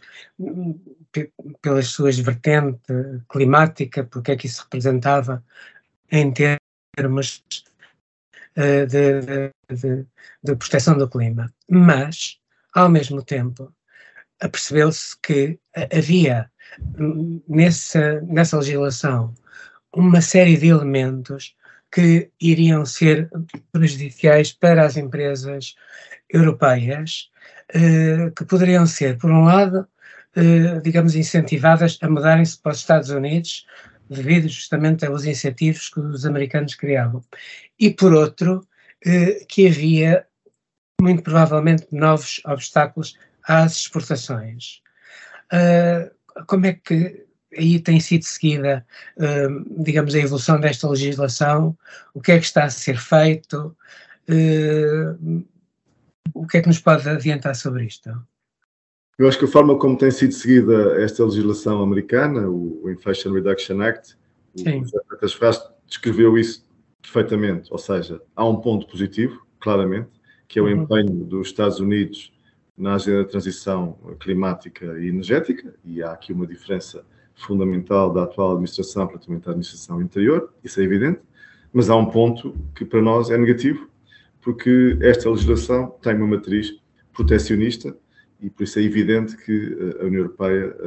pelas suas vertentes climática, porque é que isso representava em termos uh, de, de, de proteção do clima. Mas, ao mesmo tempo, apercebeu-se que havia nessa, nessa legislação uma série de elementos que iriam ser prejudiciais para as empresas europeias, eh, que poderiam ser, por um lado, eh, digamos, incentivadas a mudarem-se para os Estados Unidos, devido justamente aos incentivos que os americanos criavam. E, por outro, eh, que havia, muito provavelmente, novos obstáculos às exportações. Uh, como é que aí tem sido seguida, uh, digamos, a evolução desta legislação? O que é que está a ser feito? Uh, o que é que nos pode adiantar sobre isto? Eu acho que a forma como tem sido seguida esta legislação americana, o Inflation Reduction Act, Sim. o José Freitas Ferraz descreveu isso perfeitamente. Ou seja, há um ponto positivo, claramente, que é o uhum. empenho dos Estados Unidos na agenda da transição climática e energética, e há aqui uma diferença fundamental da atual administração relativamente à administração anterior, isso é evidente, mas há um ponto que para nós é negativo, porque esta legislação tem uma matriz protecionista e por isso é evidente que a União Europeia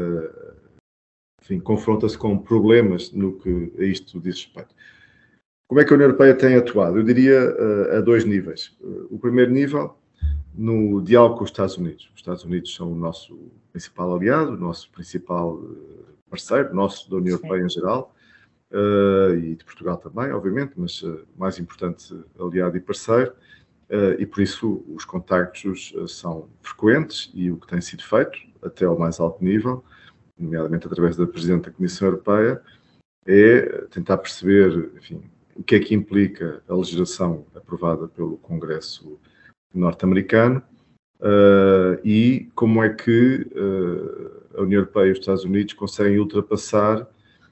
enfim, confronta-se com problemas no que a isto diz respeito. Como é que a União Europeia tem atuado? Eu diria a dois níveis. O primeiro nível, no diálogo com os Estados Unidos. Os Estados Unidos são o nosso principal aliado, o nosso principal parceiro, nosso da União Europeia em geral, uh, e de Portugal também, obviamente, mas uh, mais importante, aliado e parceiro, uh, e por isso os contactos uh, são frequentes e o que tem sido feito, até ao mais alto nível, nomeadamente através da Presidente da Comissão Europeia, é tentar perceber, enfim, o que é que implica a legislação aprovada pelo Congresso norte-americano uh, e como é que uh, a União Europeia e os Estados Unidos conseguem ultrapassar,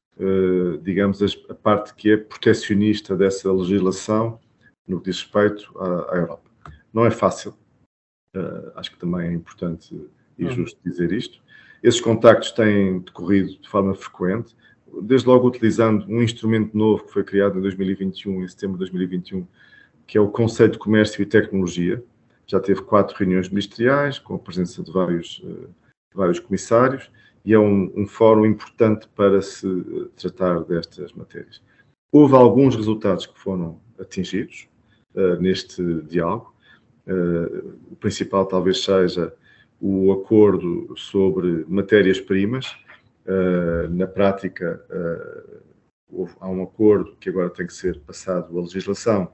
uh, digamos, a parte que é protecionista dessa legislação no que diz respeito à, à Europa. Não é fácil, uh, acho que também é importante e justo dizer isto. Esses contactos têm decorrido de forma frequente, desde logo utilizando um instrumento novo que foi criado em dois mil e vinte e um, em setembro de dois mil e vinte e um, que é o Conselho de Comércio e Tecnologia. Já teve quatro reuniões ministeriais, com a presença de vários, uh, vários comissários, e é um, um fórum importante para se uh, tratar destas matérias. Houve alguns resultados que foram atingidos uh, neste diálogo. Uh, o principal talvez seja o acordo sobre matérias-primas. Uh, na prática, uh, houve, há um acordo que agora tem que ser passado à legislação,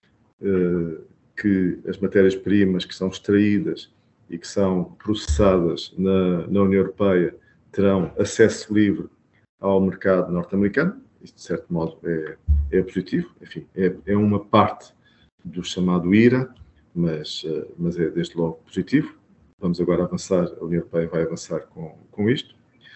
uh, que as matérias-primas que são extraídas e que são processadas na, na União Europeia terão acesso livre ao mercado norte-americano. Isto, de certo modo, é, é positivo. Enfim, é, é uma parte do chamado I R A, mas, uh, mas é, desde logo, positivo. Vamos agora avançar, a União Europeia vai avançar com, com isto.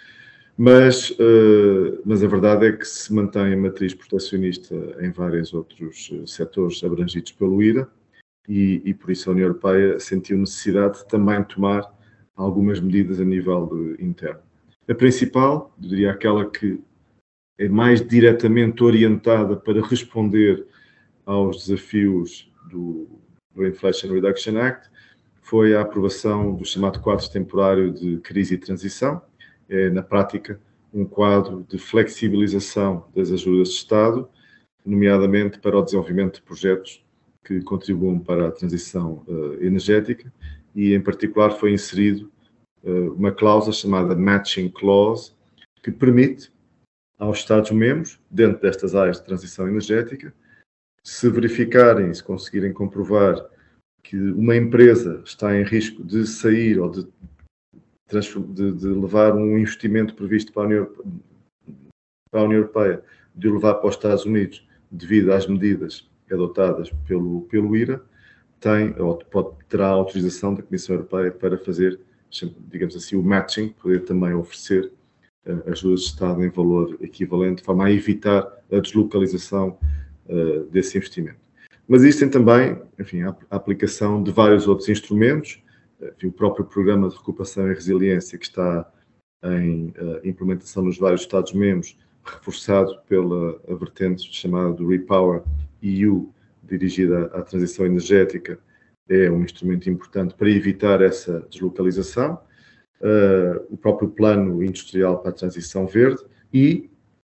Mas, uh, mas a verdade é que se mantém a matriz protecionista em vários outros setores abrangidos pelo I R A e, e por isso a União Europeia sentiu necessidade de também tomar algumas medidas a nível de, interno. A principal, eu diria aquela que é mais diretamente orientada para responder aos desafios do, do Inflation Reduction Act, foi a aprovação do chamado quadro temporário de crise e transição. É, na prática, um quadro de flexibilização das ajudas de Estado, nomeadamente para o desenvolvimento de projetos que contribuam para a transição uh, energética e, em particular, foi inserido uh, uma cláusula chamada Matching Clause, que permite aos Estados-membros, dentro destas áreas de transição energética, Se verificarem, se conseguirem comprovar que uma empresa está em risco de sair ou de, de, de levar um investimento previsto para a, União, para a União Europeia, de o levar para os Estados Unidos, devido às medidas adotadas pelo, pelo I R A, tem, ou pode, terá a autorização da Comissão Europeia para fazer, digamos assim, o matching, poder também oferecer uh, ajudas de Estado em valor equivalente, de forma a evitar a deslocalização uh, desse investimento. Mas existem também, enfim, a, a aplicação de vários outros instrumentos, enfim, o próprio Programa de Recuperação e Resiliência, que está em uh, implementação nos vários Estados-membros, reforçado pela a vertente chamada do Repower E U, dirigida à transição energética, é um instrumento importante para evitar essa deslocalização. Uh, o próprio Plano Industrial para a Transição Verde e,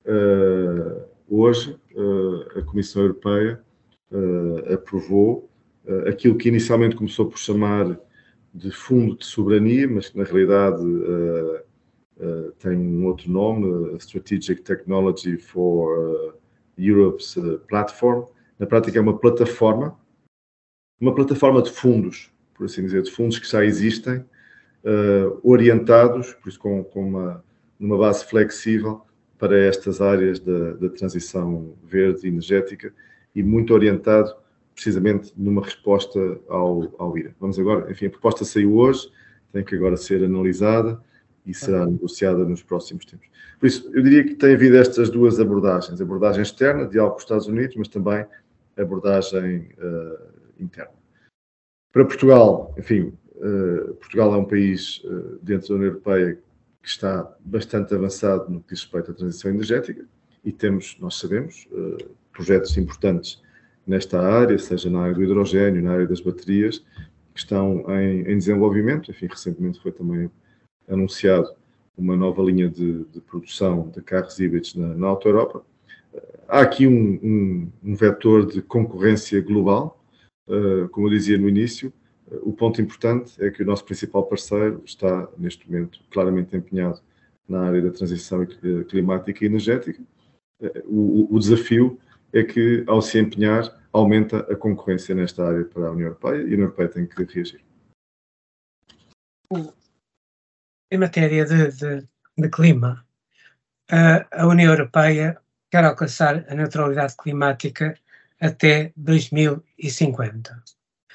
uh, hoje, uh, a Comissão Europeia uh, aprovou uh, aquilo que inicialmente começou por chamar de Fundo de Soberania, mas que na realidade uh, uh, tem um outro nome, uh, Strategic Technology for uh, Europe's uh, Platform. Na prática é uma plataforma, uma plataforma de fundos, por assim dizer, de fundos que já existem, uh, orientados, por isso com, com uma, uma base flexível para estas áreas da, da transição verde e energética e muito orientado precisamente numa resposta ao, ao I R A. Vamos agora, enfim, a proposta saiu hoje, tem que agora ser analisada e será negociada nos próximos tempos. Por isso, eu diria que tem havido estas duas abordagens, a abordagem externa, diálogo com os Estados Unidos, mas também a abordagem uh, interna. Para Portugal, enfim, uh, Portugal é um país uh, dentro da União Europeia que está bastante avançado no que diz respeito à transição energética e temos, nós sabemos, uh, projetos importantes nesta área, seja na área do hidrogênio, na área das baterias, que estão em, em desenvolvimento. Enfim, recentemente foi também anunciado uma nova linha de, de produção de carros híbridos na, na Auto Europa. Há aqui um, um, um vetor de concorrência global. Uh, como eu dizia no início, uh, o ponto importante é que o nosso principal parceiro está, neste momento, claramente empenhado na área da transição climática e energética. Uh, o, o desafio é que, ao se empenhar, aumenta a concorrência nesta área para a União Europeia e a União Europeia tem que reagir. Em matéria de, de, de clima, a, a União Europeia quer alcançar a neutralidade climática até dois mil e cinquenta.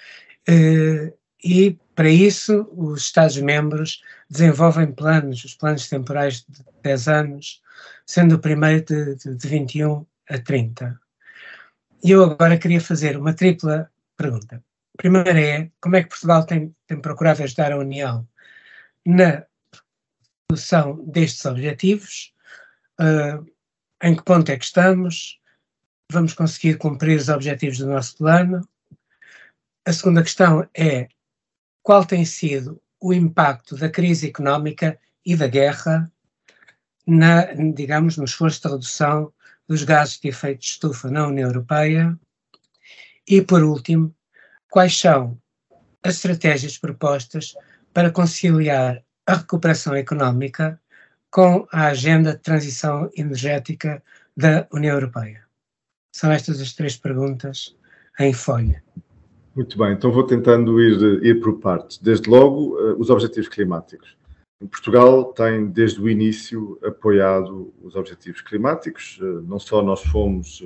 E, para isso, os Estados-membros desenvolvem planos, os planos temporais de dez anos, sendo o primeiro de, de, de vinte e um a trinta. E eu agora queria fazer uma tripla pergunta. A primeira é, como é que Portugal tem, tem procurado ajudar a União na solução destes objetivos? Uh, em que ponto é que estamos? Vamos conseguir cumprir os objetivos do nosso plano? A segunda questão é, qual tem sido o impacto da crise económica e da guerra na, digamos, no esforço de redução dos gases de efeito de estufa na União Europeia? E, por último, quais são as estratégias propostas para conciliar a recuperação económica com a agenda de transição energética da União Europeia? São estas as três perguntas em folha. Muito bem, então vou tentando ir, ir por partes. Desde logo, os objetivos climáticos. Portugal tem, desde o início, apoiado os objetivos climáticos. Não só nós fomos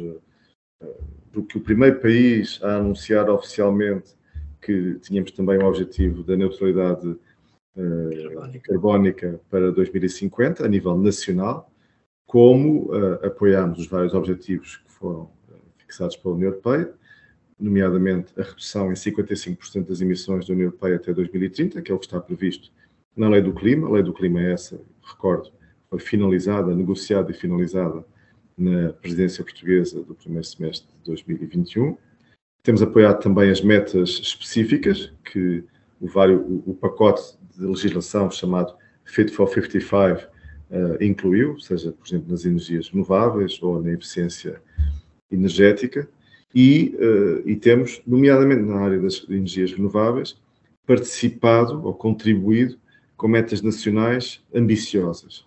do que o primeiro país a anunciar oficialmente que tínhamos também o objetivo da neutralidade uh, carbónica para dois mil e cinquenta, a nível nacional, como uh, apoiámos os vários objetivos que foram uh, fixados pela União Europeia, nomeadamente a redução em cinquenta e cinco por cento das emissões da União Europeia até dois mil e trinta, que é o que está previsto na Lei do Clima. A Lei do Clima é essa, recordo, foi finalizada, negociada e finalizada na presidência portuguesa do primeiro semestre de dois mil e vinte e um. Temos apoiado também as metas específicas que o, vário, o, o pacote de legislação chamado Fit for cinquenta e cinco uh, incluiu, seja, por exemplo, nas energias renováveis ou na eficiência energética. E, uh, e temos, nomeadamente na área das energias renováveis, participado ou contribuído com metas nacionais ambiciosas.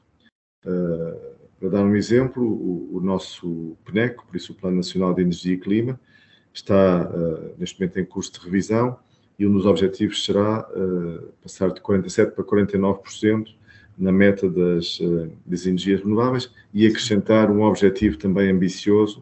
Uh, para dar um exemplo, o, o nosso P N E C, por isso o Plano Nacional de Energia e Clima, está uh, neste momento em curso de revisão e um dos objetivos será uh, passar de quarenta e sete por cento para quarenta e nove por cento na meta das, uh, das energias renováveis e acrescentar um objetivo também ambicioso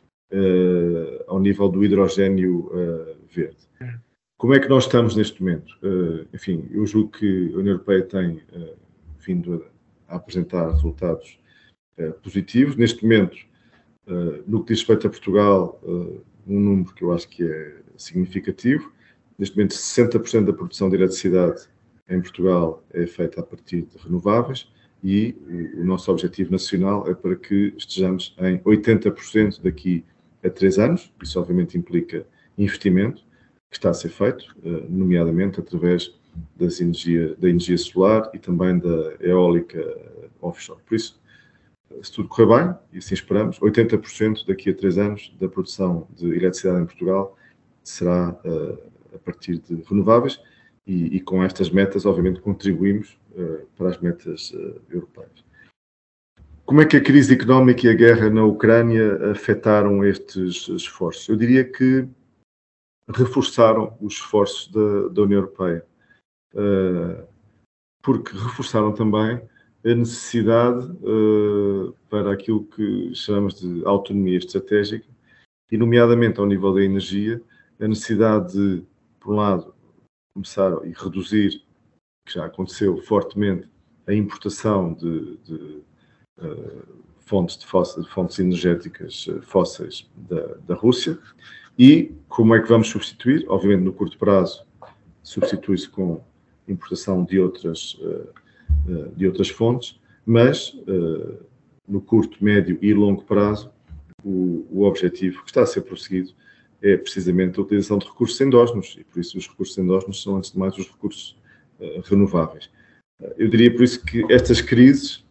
uh, ao nível do hidrogénio uh, verde. Como é que nós estamos neste momento? Uh, enfim, eu julgo que a União Europeia tem uh, vindo a, a apresentar resultados uh, positivos. Neste momento, uh, no que diz respeito a Portugal, uh, um número que eu acho que é significativo. Neste momento, sessenta por cento da produção de eletricidade em Portugal é feita a partir de renováveis e o, o nosso objetivo nacional é para que estejamos em oitenta por cento daqui a três anos. Isso, obviamente, implica investimento que está a ser feito, nomeadamente através das energia, da energia solar e também da eólica offshore. Por isso, se tudo correr bem, e assim esperamos, oitenta por cento daqui a três anos da produção de eletricidade em Portugal será uh, a partir de renováveis e, e com estas metas, obviamente, contribuímos uh, para as metas uh, europeias. Como é que a crise económica e a guerra na Ucrânia afetaram estes esforços? Eu diria que reforçaram os esforços da, da União Europeia, uh, porque reforçaram também a necessidade uh, para aquilo que chamamos de autonomia estratégica e, nomeadamente ao nível da energia, a necessidade de, por um lado, começar e reduzir, que já aconteceu fortemente, a importação de, de uh, fontes, de fósseis, de fontes energéticas fósseis da, da Rússia. E como é que vamos substituir? Obviamente, no curto prazo, substitui-se com importação de outras, de outras fontes, mas no curto, médio e longo prazo, o, o objetivo que está a ser prosseguido é precisamente a utilização de recursos endógenos, e por isso os recursos endógenos são, antes de mais, os recursos renováveis. Eu diria, por isso, que estas crises,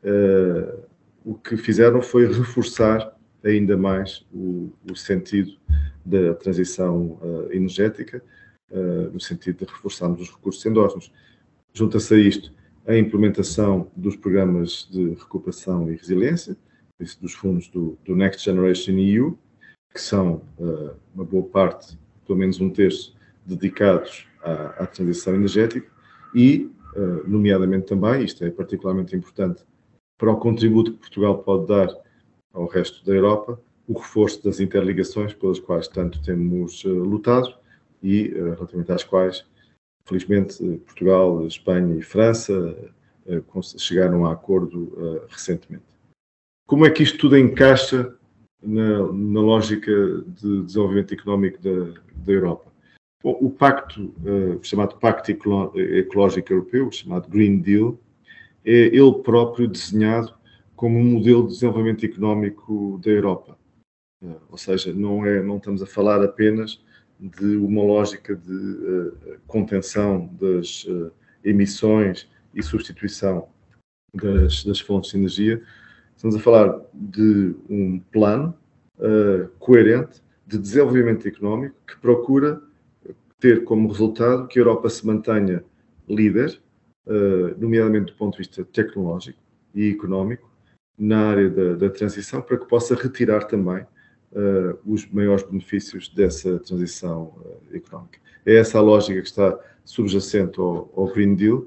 o que fizeram foi reforçar ainda mais o, o sentido da transição uh, energética, uh, no sentido de reforçarmos os recursos endógenos. Junta-se a isto a implementação dos programas de recuperação e resiliência, dos fundos do, do Next Generation E U, que são uh, uma boa parte, pelo menos um terço, dedicados à, à transição energética e, uh, nomeadamente também, isto é particularmente importante, para o contributo que Portugal pode dar ao resto da Europa, o reforço das interligações pelas quais tanto temos uh, lutado e uh, relativamente às quais, felizmente, uh, Portugal, Espanha e França uh, chegaram a acordo uh, recentemente. Como é que isto tudo encaixa na, na lógica de desenvolvimento económico da, da Europa? Bom, o pacto, uh, chamado Pacto Ecológico Europeu, chamado Green Deal, é ele próprio desenhado como um modelo de desenvolvimento económico da Europa. Ou seja, não, é, não estamos a falar apenas de uma lógica de uh, contenção das uh, emissões e substituição das, das fontes de energia. Estamos a falar de um plano uh, coerente de desenvolvimento económico que procura ter como resultado que a Europa se mantenha líder, uh, nomeadamente do ponto de vista tecnológico e económico, na área da, da transição, para que possa retirar também uh, os maiores benefícios dessa transição uh, económica. É essa a lógica que está subjacente ao, ao Green Deal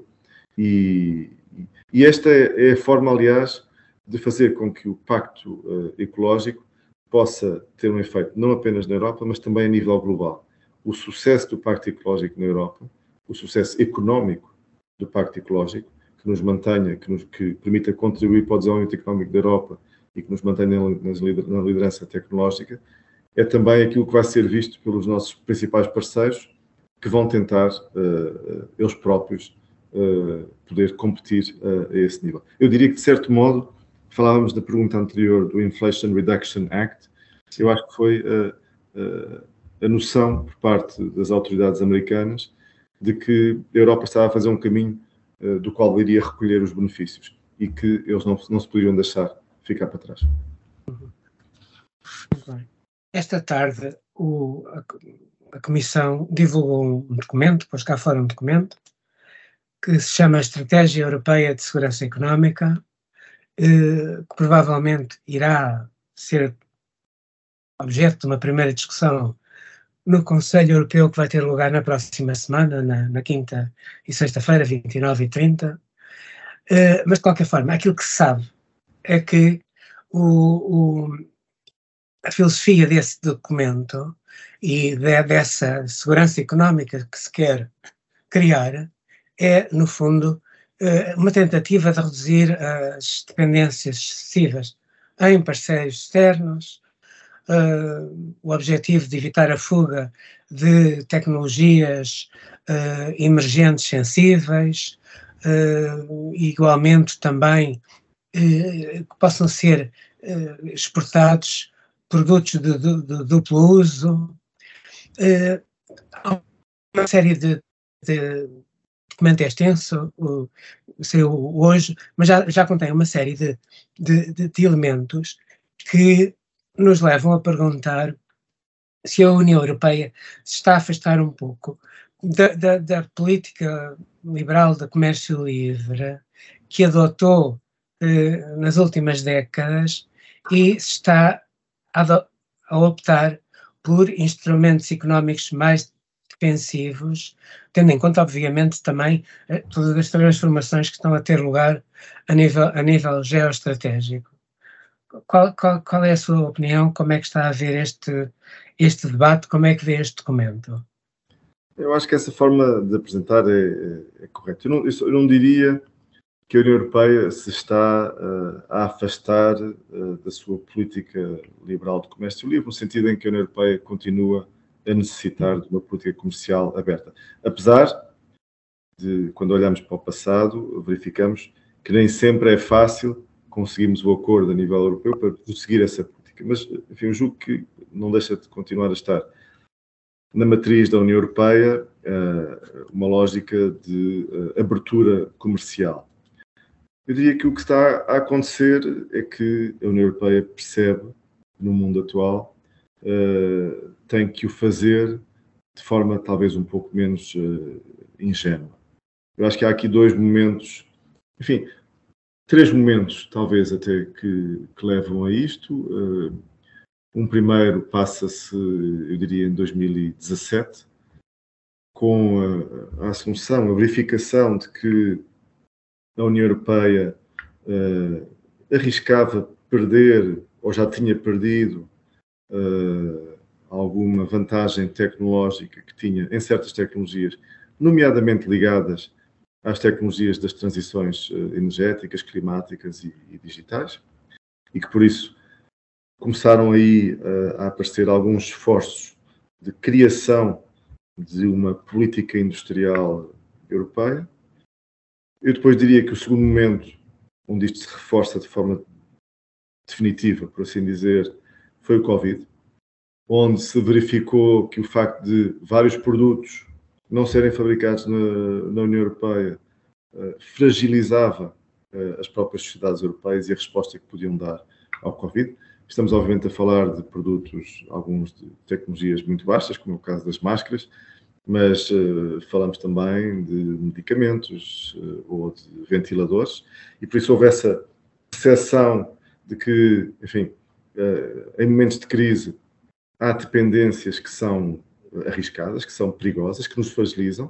e, e esta é, é a forma, aliás, de fazer com que o Pacto uh, Ecológico possa ter um efeito não apenas na Europa, mas também a nível global. O sucesso do Pacto Ecológico na Europa, o sucesso económico do Pacto Ecológico, que nos mantenha, que, nos, que permita contribuir para o desenvolvimento económico da Europa e que nos mantenha na liderança tecnológica, é também aquilo que vai ser visto pelos nossos principais parceiros, que vão tentar, uh, eles próprios, uh, poder competir uh, a esse nível. Eu diria que, de certo modo, falávamos da pergunta anterior do Inflation Reduction Act, eu acho que foi uh, uh, a noção por parte das autoridades americanas de que a Europa estava a fazer um caminho do qual iria recolher os benefícios e que eles não, não se poderiam deixar ficar para trás. Esta tarde o, a, a Comissão divulgou um documento, pôs cá fora um documento, que se chama Estratégia Europeia de Segurança Económica, eh, que provavelmente irá ser objeto de uma primeira discussão no Conselho Europeu que vai ter lugar na próxima semana, na, na quinta e sexta-feira, vinte e nove e trinta. Uh, mas, de qualquer forma, aquilo que se sabe é que o, o, a filosofia desse documento e de, dessa segurança económica que se quer criar é, no fundo, uh, uma tentativa de reduzir as dependências excessivas em parceiros externos, uh, o objetivo de evitar a fuga de tecnologias uh, emergentes sensíveis, uh, igualmente também uh, que possam ser uh, exportados produtos de, de, de duplo uso. Uh, há uma série de, de documento é extenso, uh, saiu hoje, mas já, já contém uma série de, de, de, de elementos que nos levam a perguntar se a União Europeia se está a afastar um pouco da, da, da política liberal de comércio livre que adotou eh, nas últimas décadas e se está a, a optar por instrumentos económicos mais defensivos, tendo em conta, obviamente, também eh, todas as transformações que estão a ter lugar a nível, a nível geoestratégico. Qual, qual, qual é a sua opinião? Como é que está a ver este, este debate? Como é que vê este documento? Eu acho que essa forma de apresentar é, é, é correta. Eu não, eu não diria que a União Europeia se está uh, a afastar uh, da sua política liberal de comércio livre, no sentido em que a União Europeia continua a necessitar de uma política comercial aberta. Apesar de, quando olhamos para o passado, verificamos que nem sempre é fácil conseguirmos o acordo a nível europeu para prosseguir essa política. Mas, enfim, eu julgo que não deixa de continuar a estar na matriz da União Europeia uma lógica de abertura comercial. Eu diria que o que está a acontecer é que a União Europeia percebe, no mundo atual, tem que o fazer de forma talvez um pouco menos ingênua. Eu acho que há aqui dois momentos, enfim, três momentos, talvez, até que, que levam a isto. Uh, um primeiro passa-se, eu diria, em dois mil e dezassete, com a, a assunção, a verificação de que a União Europeia uh, arriscava perder, ou já tinha perdido, uh, alguma vantagem tecnológica que tinha em certas tecnologias, nomeadamente ligadas às tecnologias das transições energéticas, climáticas e, e digitais, e que por isso começaram aí uh, a aparecer alguns esforços de criação de uma política industrial europeia. Eu depois diria que o segundo momento, onde isto se reforça de forma definitiva, por assim dizer, foi o Covid, onde se verificou que o facto de vários produtos não serem fabricados na, na União Europeia uh, fragilizava uh, as próprias sociedades europeias e a resposta que podiam dar ao Covid. Estamos, obviamente, a falar de produtos, alguns de tecnologias muito baixas, como é o caso das máscaras, mas uh, falamos também de medicamentos uh, ou de ventiladores, e por isso houve essa percepção de que, enfim, uh, em momentos de crise há dependências que são arriscadas, que são perigosas, que nos fragilizam,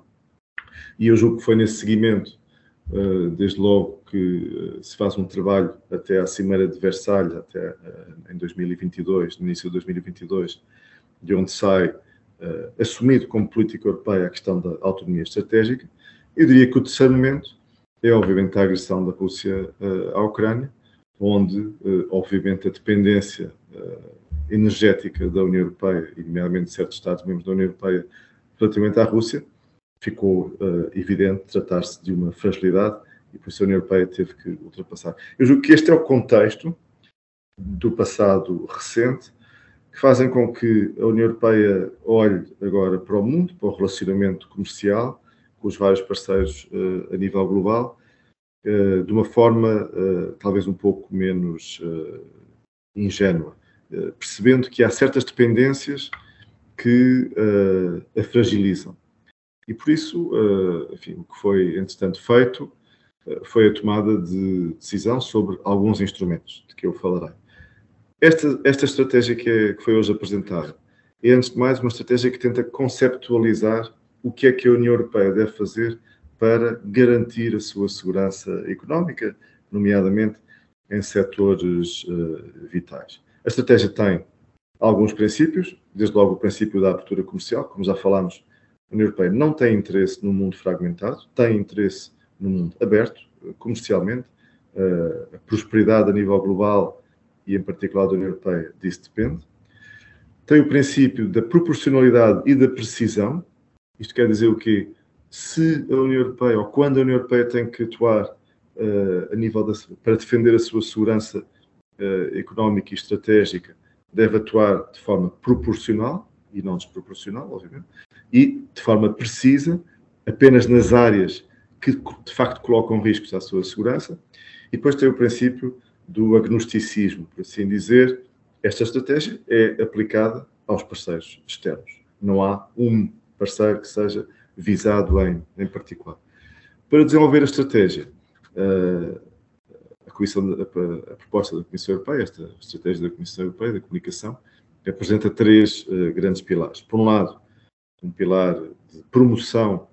e eu julgo que foi nesse seguimento, desde logo que se faz um trabalho até à Cimeira de Versalhes, até em dois mil e vinte e dois, no início de dois mil e vinte e dois, de onde sai assumido como política europeia a questão da autonomia estratégica. Eu diria que o terceiro momento é, obviamente, a agressão da Rússia à Ucrânia, onde, obviamente, a dependência energética da União Europeia, e nomeadamente de certos Estados-membros da União Europeia, relativamente à Rússia, ficou uh, evidente tratar-se de uma fragilidade e por isso a União Europeia teve que ultrapassar. Eu julgo que este é o contexto do passado recente que fazem com que a União Europeia olhe agora para o mundo, para o relacionamento comercial com os vários parceiros uh, a nível global, uh, de uma forma uh, talvez um pouco menos uh, ingênua. Percebendo que há certas dependências que uh, a fragilizam. E por isso, uh, enfim, o que foi, entretanto, feito uh, foi a tomada de decisão sobre alguns instrumentos de que eu falarei. Esta, esta estratégia que, é, que foi hoje apresentada é, antes de mais, uma estratégia que tenta conceptualizar o que é que a União Europeia deve fazer para garantir a sua segurança económica, nomeadamente em setores uh, vitais. A estratégia tem alguns princípios, desde logo o princípio da abertura comercial, como já falámos, a União Europeia não tem interesse no mundo fragmentado, tem interesse no mundo aberto, comercialmente. Uh, a prosperidade a nível global e, em particular, da União Europeia, disso depende. Tem o princípio da proporcionalidade e da precisão. Isto quer dizer o quê? Se a União Europeia, ou quando a União Europeia tem que atuar uh, a nível da, para defender a sua segurança uh, económica e estratégica, deve atuar de forma proporcional e não desproporcional, obviamente, e de forma precisa, apenas nas áreas que de facto colocam riscos à sua segurança. E depois tem o princípio do agnosticismo, por assim dizer. Esta estratégia é aplicada aos parceiros externos. Não há um parceiro que seja visado em, em particular. Para desenvolver a estratégia, a, Comissão, a, a proposta da Comissão Europeia, esta estratégia da Comissão Europeia da comunicação, apresenta três uh, grandes pilares. Por um lado, um pilar de promoção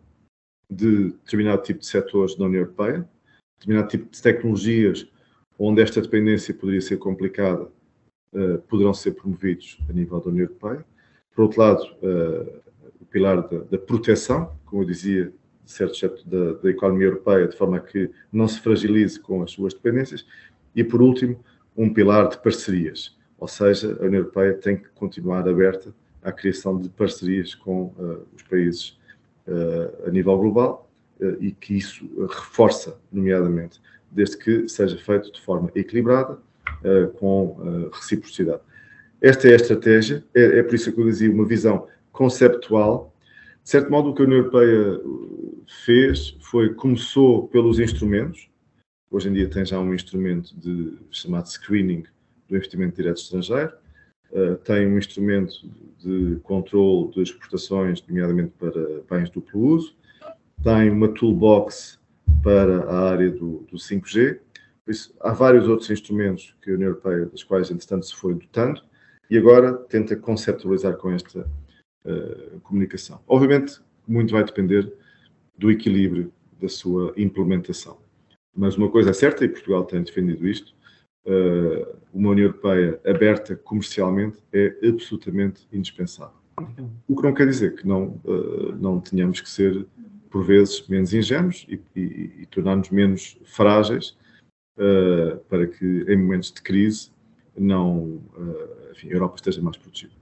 de determinado tipo de setores na União Europeia, determinado tipo de tecnologias onde esta dependência poderia ser complicada, uh, poderão ser promovidos a nível da União Europeia. Por outro lado, uh, o pilar da, da proteção, como eu dizia, de certos setores da, da economia europeia, de forma a que não se fragilize com as suas dependências. E, por último, um pilar de parcerias, ou seja, a União Europeia tem que continuar aberta à criação de parcerias com uh, os países uh, a nível global uh, e que isso uh, reforça, nomeadamente, desde que seja feito de forma equilibrada, uh, com uh, reciprocidade. Esta é a estratégia, é, é por isso que eu dizia uma visão conceptual. De certo modo, o que a União Europeia fez foi, começou pelos instrumentos. Hoje em dia tem já um instrumento de, chamado screening do investimento direto estrangeiro. Uh, tem um instrumento de controle de exportações, nomeadamente para bens de duplo uso. Tem uma toolbox para a área do, do cinco G. Por isso, há vários outros instrumentos que a União Europeia, das quais, entretanto, se foi dotando, e agora tenta conceptualizar com esta uh, comunicação. Obviamente, muito vai depender do equilíbrio da sua implementação. Mas uma coisa é certa, e Portugal tem defendido isto, uh, uma União Europeia aberta comercialmente é absolutamente indispensável. O que não quer dizer que não, uh, não tenhamos que ser, por vezes, menos ingênuos e, e, e tornar-nos menos frágeis uh, para que, em momentos de crise, não, uh, enfim, a Europa esteja mais protegida.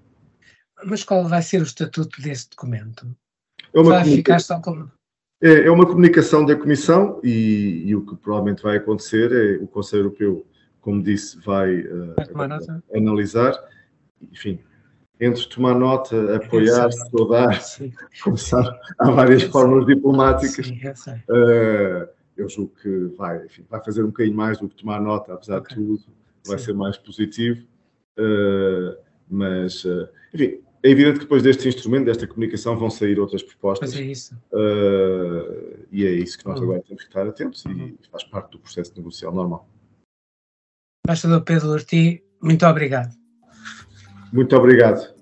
Mas qual vai ser o estatuto desse documento? É uma vai comunica... ficar só como... É, é uma comunicação da Comissão e, e o que provavelmente vai acontecer é o Conselho Europeu, como disse, vai, uh, vai analisar. Enfim, entre tomar nota, apoiar, saudar, começar, há várias eu formas sei. diplomáticas. Sim, eu, sei. Uh, eu julgo que vai, enfim, vai fazer um bocadinho mais do que tomar nota, apesar okay. de tudo, vai Sim. ser mais positivo. Uh, mas, uh, enfim, é evidente que depois deste instrumento, desta comunicação, vão sair outras propostas. Mas é isso. Uh, e é isso que nós uhum. agora temos que estar atentos uhum. e faz parte do processo negocial normal. Embaixador Pedro Lortie, muito obrigado. Muito obrigado.